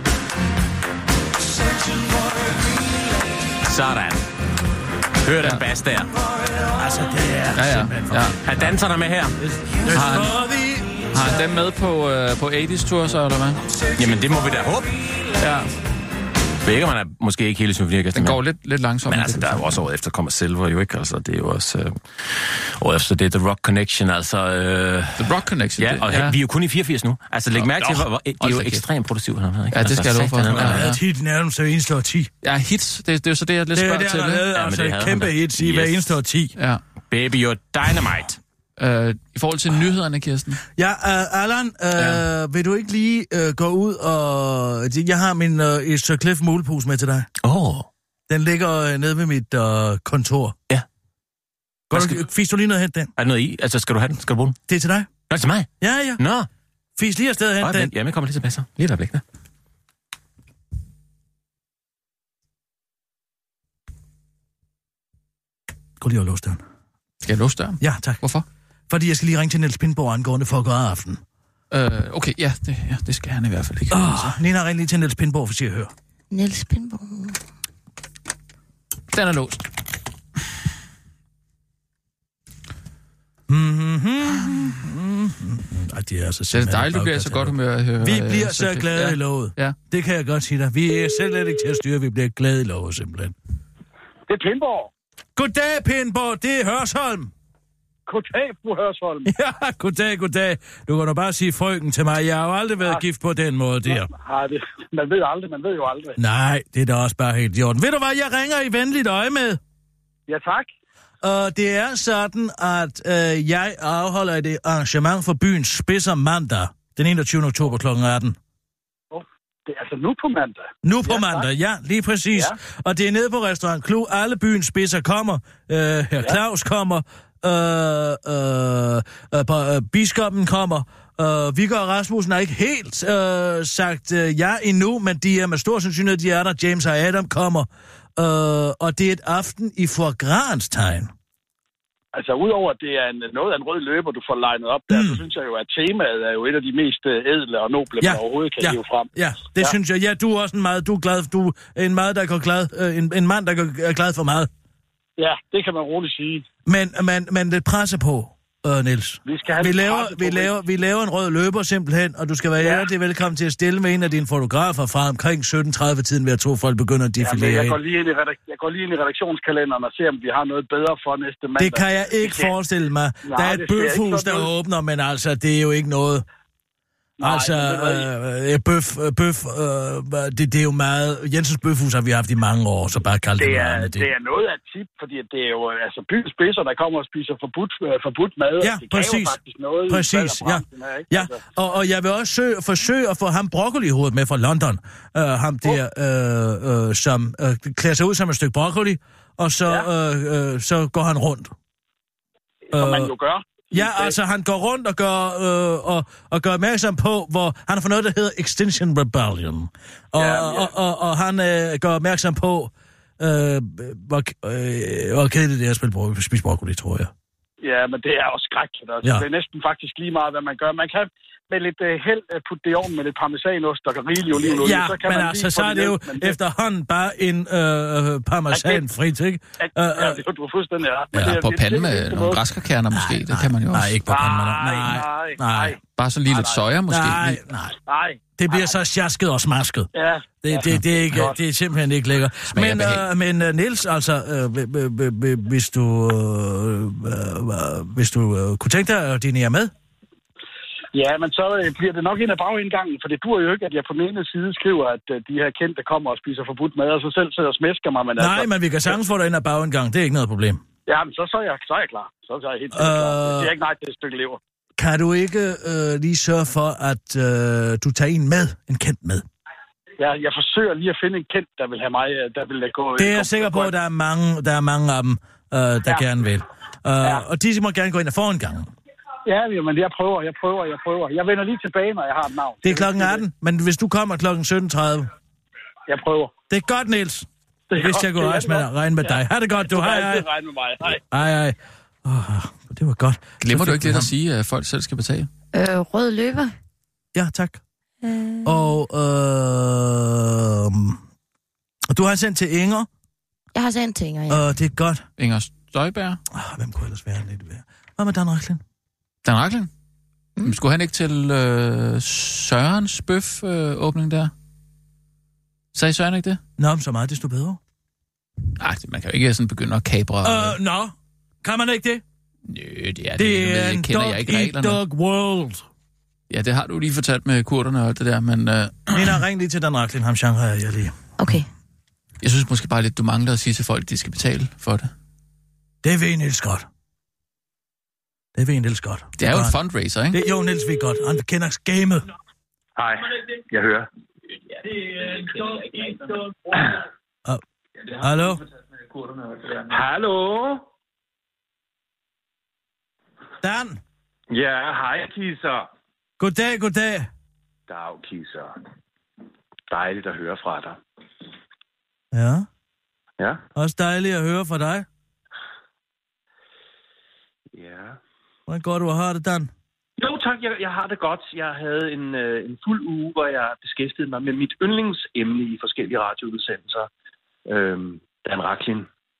Sådan. Hør den bas der. Altså, det er simpelthen for... Er danserne med her? Har han dem med på 80's tour, så eller hvad? Jamen, det må vi da håbe. Ja. Begge man er måske ikke hele symfoniorkestret. Den går lidt langsomt. Men altså, der er jo også året efter kommer Silver jo ikke, altså det er jo også... året efter det er The Rock Connection, altså... The Rock Connection? Ja, og vi er jo kun i 84 nu. Altså, læg mærke til, hvor de er jo ekstremt produktive her. Ja, det skal jeg love for. Ja, hit nærmest hver eneste årti. Ja, hits, det er jo så det, jeg lidt spørger til. Det er altså kæmpe hits i hver eneste årti. Ja. Baby, you're dynamite. I forhold til nyhederne, Kirsten? Ja, Allan, vil du ikke lige gå ud og... Jeg har min Sir Cliff mulepose med til dig. Den ligger nede ved mit kontor. Ja. Fis du lige noget hen den? Er der noget i? Altså, skal du have den? Skal du bruge den? Det er til dig. Nå, til mig? Ja. Nå. Fis lige afsted hen den. Jamen, jeg kommer lige tilbage så. Lige et øjeblik, da. Gå lige og låse døren. Skal jeg låse døren? Ja, tak. Hvorfor? Fordi jeg skal lige ringe til Niels Pindborg angående for at gøre aften. Okay, det skal han i hvert fald ikke. Nina, ring lige til Niels Pindborg, for at høre. Niels Pindborg. Den er låst. Det er så det er dejligt, du bliver så godt humør at høre. Vi bliver så glade i lovet. Ja. Det kan jeg godt sige dig. Vi er selv ikke til at styre, vi bliver glade i lovet, simpelthen. Det er Pindborg. Goddag, Pindborg. Det er Hørsholm. Goddag, fru Hørsholm. Ja, goddag. Du kan da bare sige frøken til mig. Jeg har jo aldrig været gift på den måde der. Nej, man ved jo aldrig. Nej, det er da også bare helt i orden. Ved du hvad, jeg ringer i venligt øje med? Ja, tak. Det er sådan, at jeg afholder et arrangement for byens spidser mandag, den 21. oktober kl. 18. Det er altså nu på mandag? Nu på mandag, ja, lige præcis. Ja. Og det er nede på Restaurant Clou. Alle byens spidser kommer. Herr Claus kommer. Biskoppen kommer. Viggo og Rasmussen har ikke helt sagt ja endnu, men de er med stor sandsynlighed, de er der. James og Adam kommer. Og det er et aften i foie tegn. Altså, udover at det er noget af en rød løber, du får legnet op der, så synes jeg jo, at temaet er jo et af de mest ædle og noble, man overhovedet kan hive frem. Ja, det synes jeg. Ja, du er også en mad, du er glad, du er en mad, der går glad, en mand, der er glad for mad. Ja, det kan man roligt sige. Men lidt presse på, Niels. Vi laver en rød løber simpelthen, og du skal være hjertelig velkommen til at stille med en af dine fotografer fra omkring 17:30-tiden, ved at to folk begynder at defilere. Jeg går lige ind i redaktionskalenderen og ser, om vi har noget bedre for næste mandag. Det kan jeg ikke forestille mig. Nej, der er et bøfhus, der åbner, men altså, det er jo ikke noget... Nej, altså, det er jo meget... Jensens Bøfhus har vi haft i mange år, så bare kald det noget andet. Det er noget af et tip, fordi det er jo altså byens spidser, der kommer og spiser forbudt mad. Ja, det præcis. jo faktisk noget. Præcis, ja. Ja, og jeg vil også forsøge at få ham broccoli i hovedet med fra London. Ham der, som klæder sig ud som et stykke broccoli, og så går han rundt. Som man jo gør. Ja, altså han går rundt og gør opmærksom på, hvor han har fået noget, der hedder Extinction Rebellion. Og han gør opmærksom på, hvor kedeligt det er at spise broccoli, tror jeg. Ja, men det er også skrækkeligt. Altså. Ja. Det er næsten faktisk lige meget, hvad man gør. Man kan med lidt held putte det i ovnen med lidt parmesanost og rigelig olivenolie. Ja, så kan men man altså, så er det jo efterhånden bare en parmesanfrit, ikke? Ja, du er fuldstændig ret. Ja, på pande med nogle græskarkerner måske, det kan man jo også. Nej, ikke på pande med Nej. Bare sådan lige lidt soja måske. Nej. Det bliver så sjasket og smasket. Ja. Det er simpelthen ikke lækkert. Men Niels, altså, hvis du kunne tænke dig at dinere med? Ja, men så bliver det nok en af bagindgangen, for det dur jo ikke, at jeg på den ene side skriver, at de her kendte kommer og spiser forbudt mad, og så selv sidder og smæsker mig. Men nej, men vi kan sagtens få dig ind af bagindgangen. Det er ikke noget problem. Ja, men så er jeg klar. Så er jeg helt klar. Det er ikke nej til et stykke lever. Kan du ikke lige sørge for, at du tager en med, en kendt med? Ja, jeg forsøger lige at finde en kendt, der vil have mig, der vil gå... Det er jeg sikker på, at der er mange af dem, der gerne vil. Og de må gerne gå ind af forangangen. Ja, men jeg prøver. Jeg vender lige tilbage, når jeg har et navn. Det er klokken 18, men hvis du kommer klokken 17:30... Jeg prøver. Det er godt, Niels. Hvis jeg kunne regne med dig. Ha' det godt, du. Hej. Regne med mig. Hej. Hej. Det var godt. Glemmer du ikke lidt at sige, at folk selv skal betale? Rød løber. Ja, tak. Og du har sendt til Inger? Jeg har sendt til Inger, ja. Det er godt. Inger Støjberg? Hvem kunne ellers være lidt værd? Hvad med Dan Rachlin? Dan Rachlin? Skulle han ikke til Sørens bøf-åbning der? Sagde Søren ikke det? Nå, så meget desto bedre. Nej, man kan jo ikke sådan begynde at kabre... Kan man ikke det? Nø, det er det er en dog world. Ja, det har du lige fortalt med kurderne og alt det der, men... Nina, ring lige til Dan Rachlin, ham genre jeg lige. Okay. Jeg synes måske bare lidt, du mangler at sige til folk, at de skal betale for det. Det ved Niels godt. Det ved Niels godt. Det er jo en fundraiser, ikke? Jo, Niels ved godt. Han kender gamet. Hej, jeg hører. Hallo? Hallo? Dan? Ja, hej, Kisser. Goddag. Dag, Kisser. Dejligt at høre fra dig. Ja? Ja? Også dejligt at høre fra dig. Ja. Hvordan går du og har det, Dan? Jo, tak. Jeg har det godt. Jeg havde en fuld uge, hvor jeg beskæftigede mig med mit yndlingsemne i forskellige radioudsendelser. Dan Rachlin.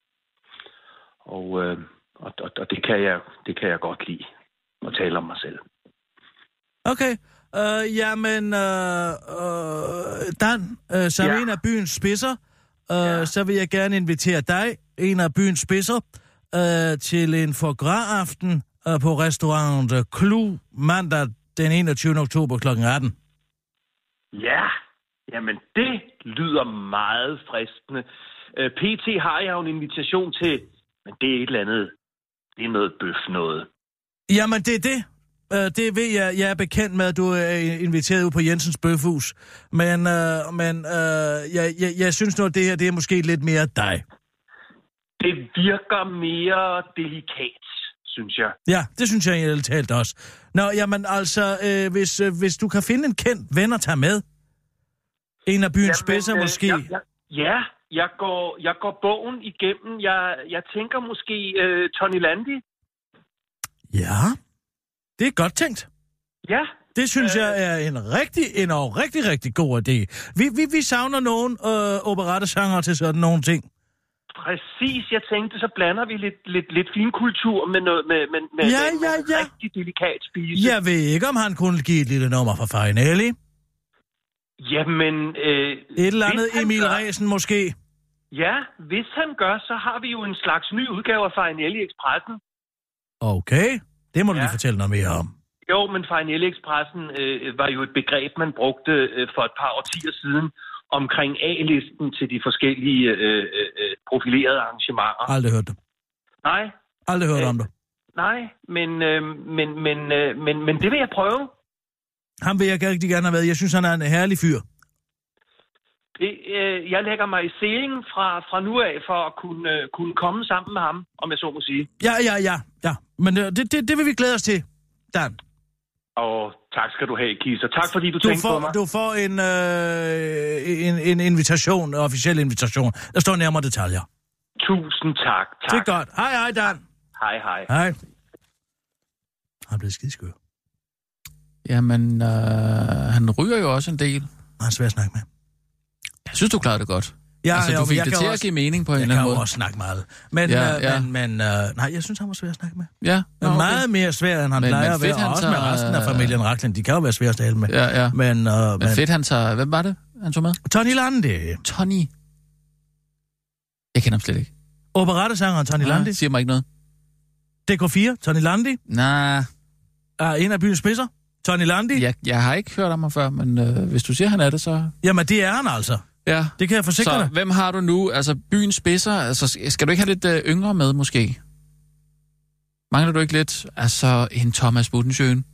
Og det kan jeg godt lide. At tale om mig selv. Okay. Dan, som en af byens spidser, så vil jeg gerne invitere dig, en af byens spidser, til en foie gras-aften på restaurant Clou mandag den 21. oktober kl. 18. Ja, jamen det lyder meget fristende. PT har jeg jo en invitation til, men det er et eller andet, det er noget bøf noget. Jamen det er det. Det ved jeg. Jeg er bekendt med, at du er inviteret ud på Jensens Bøfhus. Men jeg synes nu, at det her det er måske lidt mere dig. Det virker mere delikat, synes jeg. Ja, det synes jeg egentlig talt også. Nå, jamen altså, hvis du kan finde en kendt ven at tage med. En af byens spidser måske. Jeg går bogen igennem. Jeg tænker måske Tony Landi. Ja, det er godt tænkt. Ja. Det synes jeg er en rigtig god idé. Vi savner nogen operettesanger til sådan nogle ting. Præcis, jeg tænkte, så blander vi lidt finkultur med noget med rigtig delikat spise. Jeg ved ikke, om han kunne give et lille nummer fra Farinelli. Jamen... et eller andet Emil Ræsen måske. Ja, hvis han gør, så har vi jo en slags ny udgave af Farinelli Expressen. Okay, det må du lige fortælle noget mere om. Jo, men Farinelli Expressen var jo et begreb, man brugte for et par årtier siden omkring A-listen til de forskellige profilerede arrangementer. Aldrig hørt det. Nej. Aldrig hørt om det. Nej, men det vil jeg prøve. Ham vil jeg rigtig gerne have været. Jeg synes, han er en herlig fyr. Jeg lægger mig i selen fra nu af for at kunne komme sammen med ham, om jeg så må sige. Ja. Men det vil vi glæde os til, Dan. Og tak skal du have, Kisser. Tak fordi du tænkte på mig. Du får en invitation, en officiel invitation. Der står nærmere detaljer. Tusind tak. Det er godt. Hej, Dan. Hej. Hej. Han er blevet skideskør. Jamen, han ryger jo også en del. Han er svær at snakke med. Jeg synes, du klarede det godt. Ja, altså, du fik det til at give mening på en eller anden måde. Jeg kan også snakke meget. Men nej, jeg synes, han var svær at snakke med. Ja, men okay. Meget mere svær, end han plejer at være. Og også med resten af familien Rachlin. De kan jo være svære at tale med. Ja. Men fedt, han tager... Hvem var det, han tog med? Tony Landi. Tony? Jeg kender ham slet ikke. Operettesangeren Tony Landi. Siger mig ikke noget. DK4, Tony Landi. Nej. En af byens spidser, Tony Landi. Jeg har ikke hørt om ham før, men hvis du siger, han er det, så... Jamen, det er han altså. Ja. Det kan jeg forsikre dig. Så hvem har du nu? Altså, byens spidser, altså, skal du ikke have lidt yngre med, måske? Mangler du ikke lidt? Altså, en Thomas Budensjøen?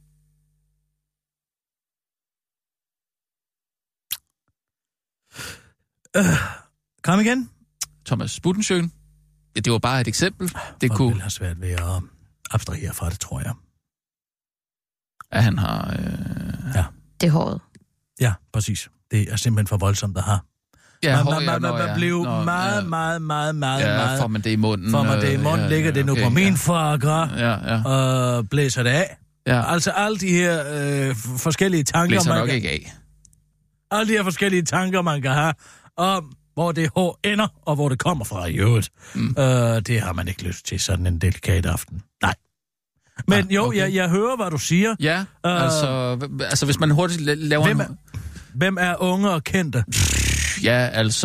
Kom igen. Thomas Budensjøen? Ja, det var bare et eksempel. Det Folk kunne... vil have svært ved at abstrahere fra det, tror jeg. At han har... Ja. Det er håret. Ja, præcis. Det er simpelthen for voldsomt at have Ja, man blev meget... får man det i munden. Får man det i munden, ligger det nu på min foie og blæser det af. Ja. Altså alle de her forskellige tanker, blæser nok ikke af. Alle de her forskellige tanker, man kan have om, hvor det hår ender, og hvor det kommer fra i øvrigt. Det har man ikke lyst til sådan en delikat aften. Nej. Men jeg hører, hvad du siger. Ja, altså hvis man hurtigt laver... Hvem er unge og kendte? Ja, altså...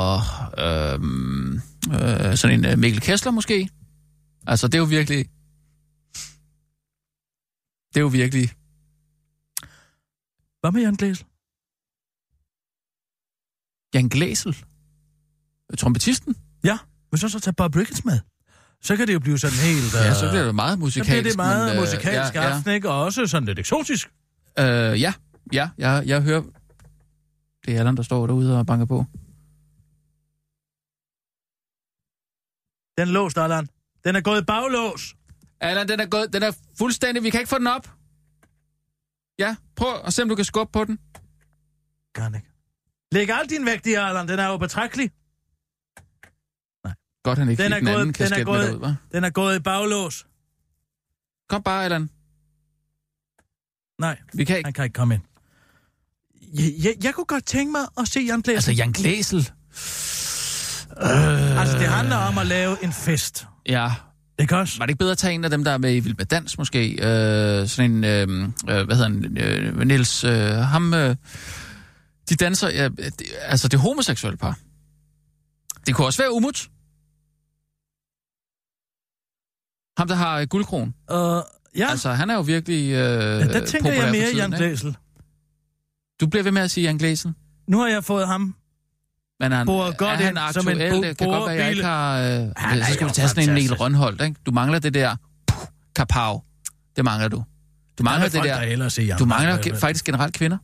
sådan en Mikkel Kessler måske. Altså, det er jo virkelig... Hvad med Jan Glæsel? Jan Glæsel? Trompetisten? Ja, men så tager Bob Ricketts med. Så kan det jo blive sådan helt... Ja, så bliver det meget musikalsk. Så bliver det meget musikalsk aften, ikke? Og også sådan lidt eksotisk. Jeg hører... Det er Allan, der står derude og banker på. Den er låst, Allan. Den er gået i baglås. Allan, den er fuldstændig... Vi kan ikke få den op. Ja, prøv at se, om du kan skubbe på den. Kan ikke. Læg alt din vægt i, Allan. Den er jo betragtelig. Nej. Godt, han ikke fik den anden kasket med derud, hva'? Den er gået i baglås. Kom bare, Allan. Nej, vi kan ikke. Han kan ikke komme ind. Jeg kunne godt tænke mig at se Jan Glæsel. Altså, Jan Glæsel? Altså, det handler om at lave en fest. Ja. Ikke også? Var det ikke bedre at tage en af dem, der er med i Vild med Dans, måske? Sådan en, hvad hedder han, Niels, de danser, altså det homoseksuelle par. Det kunne også være Umut. Ham, der har guldkron. Ja. Altså, han er jo virkelig der tænker jeg mere tiden, Jan Glæsel. Du bliver ved med at sige Jan Glæsel. Nu har jeg fået ham. Men han aktuel? Som det kan godt være, jeg ikke har... så skal du tage sådan en Niel Rønholdt, ikke? Du mangler det der kapav. Det mangler du. Du mangler det der... Du mangler faktisk generelt kvinder.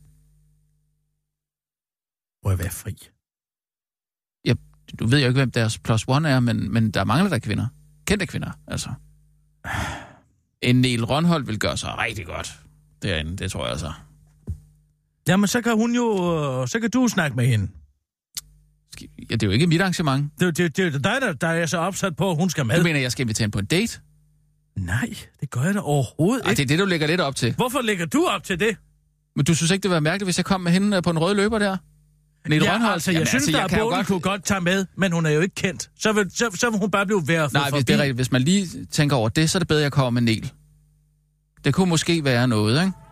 Må jeg være fri? Ja, du ved jo ikke, hvem deres plus one er, men der mangler der kvinder. Kendte kvinder, altså. En Niel Rønholdt vil gøre sig rigtig godt derinde, det tror jeg altså. Jamen, så kan hun jo... Så kan du snakke med hende. Ja, det er jo ikke mit arrangement. Det er dig, der er så opsat på, at hun skal med. Du mener, jeg skal invitere hende på en date? Nej, det gør jeg da overhovedet ikke. Det er det, du lægger lidt op til. Hvorfor lægger du op til det? Men du synes ikke, det var mærkeligt, hvis jeg kom med hende på en rød løber der? Altså, jeg synes, der Bodil kunne godt tage med, men hun er jo ikke kendt. Så vil hun bare blive værd Nej, det er rigtigt. Hvis man lige tænker over det, så er det bedre, at jeg kommer med Niel. Det kunne måske være noget, ikke?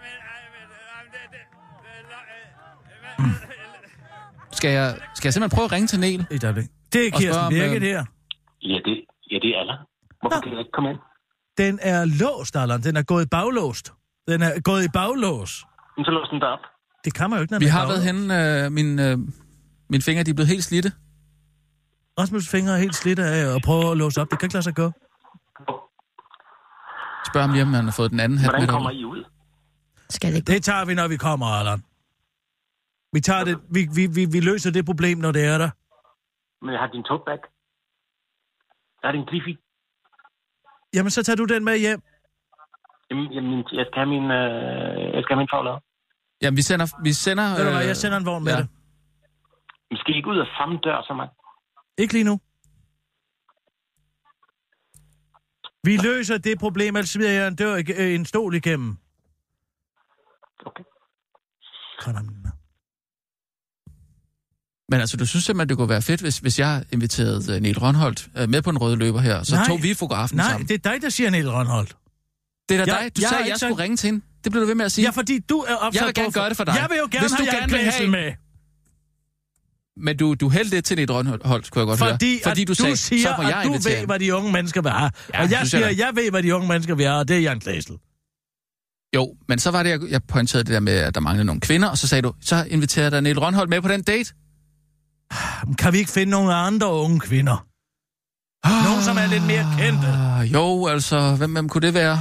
Skal jeg simpelthen prøve at ringe til Niel? Det er Kirsten Birgit her. Ja, det er Allan. Hvorfor kan jeg ikke komme ind? Den er låst, Allan. Den er gået i baglåst. Den er gået i baglås. Men så lås den derop. Det kan man jo ikke, når vi har været henne, mine fingre, de er blevet helt slidte. Rasmus' fingre er helt slidte af at prøve at låse op. Det kan ikke lade sig gå. Spørg ham hjemme, han har fået den anden hat med. Hvordan kommer I ud? Det tager vi, når vi kommer, Allan. Vi tager det. Vi løser det problem, når det er der. Men jeg har din tote bag. Jeg har din Cliffy. Jamen, så tager du den med hjem. Jamen, jeg skal have min faglade. Jamen, vi sender... Ved du hvad, jeg sender en vogn med det. Vi skal ikke ud af samme dør som mig. Ikke lige nu. Vi løser det problem, ellers smider jeg en stol igennem. Okay. Men altså, du synes simpelthen, det kunne være fedt, hvis jeg inviterede Niel Rønholdt med på en rød løber her, så tog vi fotografen sammen. Nej, det er dig, der siger Niel Rønholdt. Det er da dig. Du sagde, at jeg skulle ringe til hende. Det blev du ved med at sige. Ja, fordi du er opsat på... Jeg vil gerne gøre det for dig. Jeg vil jo gerne have Jan Glæsel med. Men du hældte det til Niel Rønholdt, skulle jeg godt høre. Fordi du sagde, siger, så må jeg at du ved, hvad de unge mennesker vil have. Ja, og jeg siger, at jeg ved, hvad de unge mennesker vil have, og det er Jan Glæsel. Jo, men så var det, jeg pointerede det der med, at der manglede nogle kvinder, og så sagde du, så inviterede der Niel Rønholdt med på den date. Kan vi ikke finde nogle andre unge kvinder? Nogle, som er lidt mere kendte? Jo, altså, hvem kunne det være?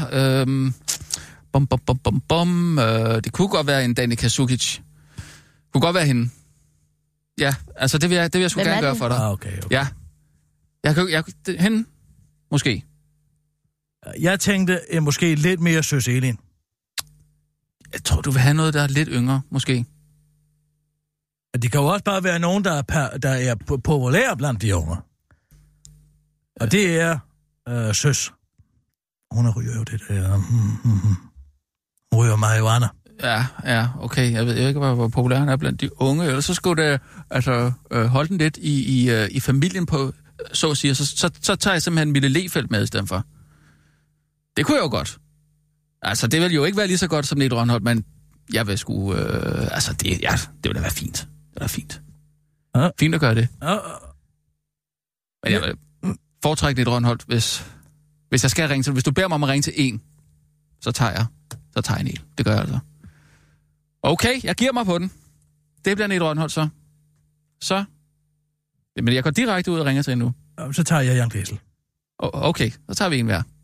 Det kunne godt være en Danica Sukic. Det kunne godt være hende. Ja, altså, det vil jeg sgu gerne gøre for dig. Okay. Ja. Hende? Måske. Jeg tænkte, måske lidt mere Søs Elin. Jeg tror, du vil have noget, der er lidt yngre, måske. Og det kan jo også bare være nogen, der er populære blandt de unge. Og det er Søs. Hun ryger jo det der. Hun ryger marihuana. Ja, okay. Jeg ved ikke, hvor populær han er blandt de unge. Ellers så skulle det holde den lidt i familien på, så at sige. Så tager jeg simpelthen Mille Lehfeldt med i stedet for. Det kunne jeg jo godt. Altså, det vil jo ikke være lige så godt som Nete Rønholt, men jeg vil sgu... det vil da være fint. Det vil være fint. Ja. Fint at gøre det. Ja. Men jeg vil foretrække Nete Rønholt, hvis jeg skal ringe til... Hvis du beder mig om at ringe til en, så tager jeg en el. Det gør jeg altså. Okay, jeg giver mig på den. Det bliver Nete Rønholt så. Men jeg går direkte ud og ringer til en nu. Så tager jeg Jan Gessel. Okay, så tager vi en hver.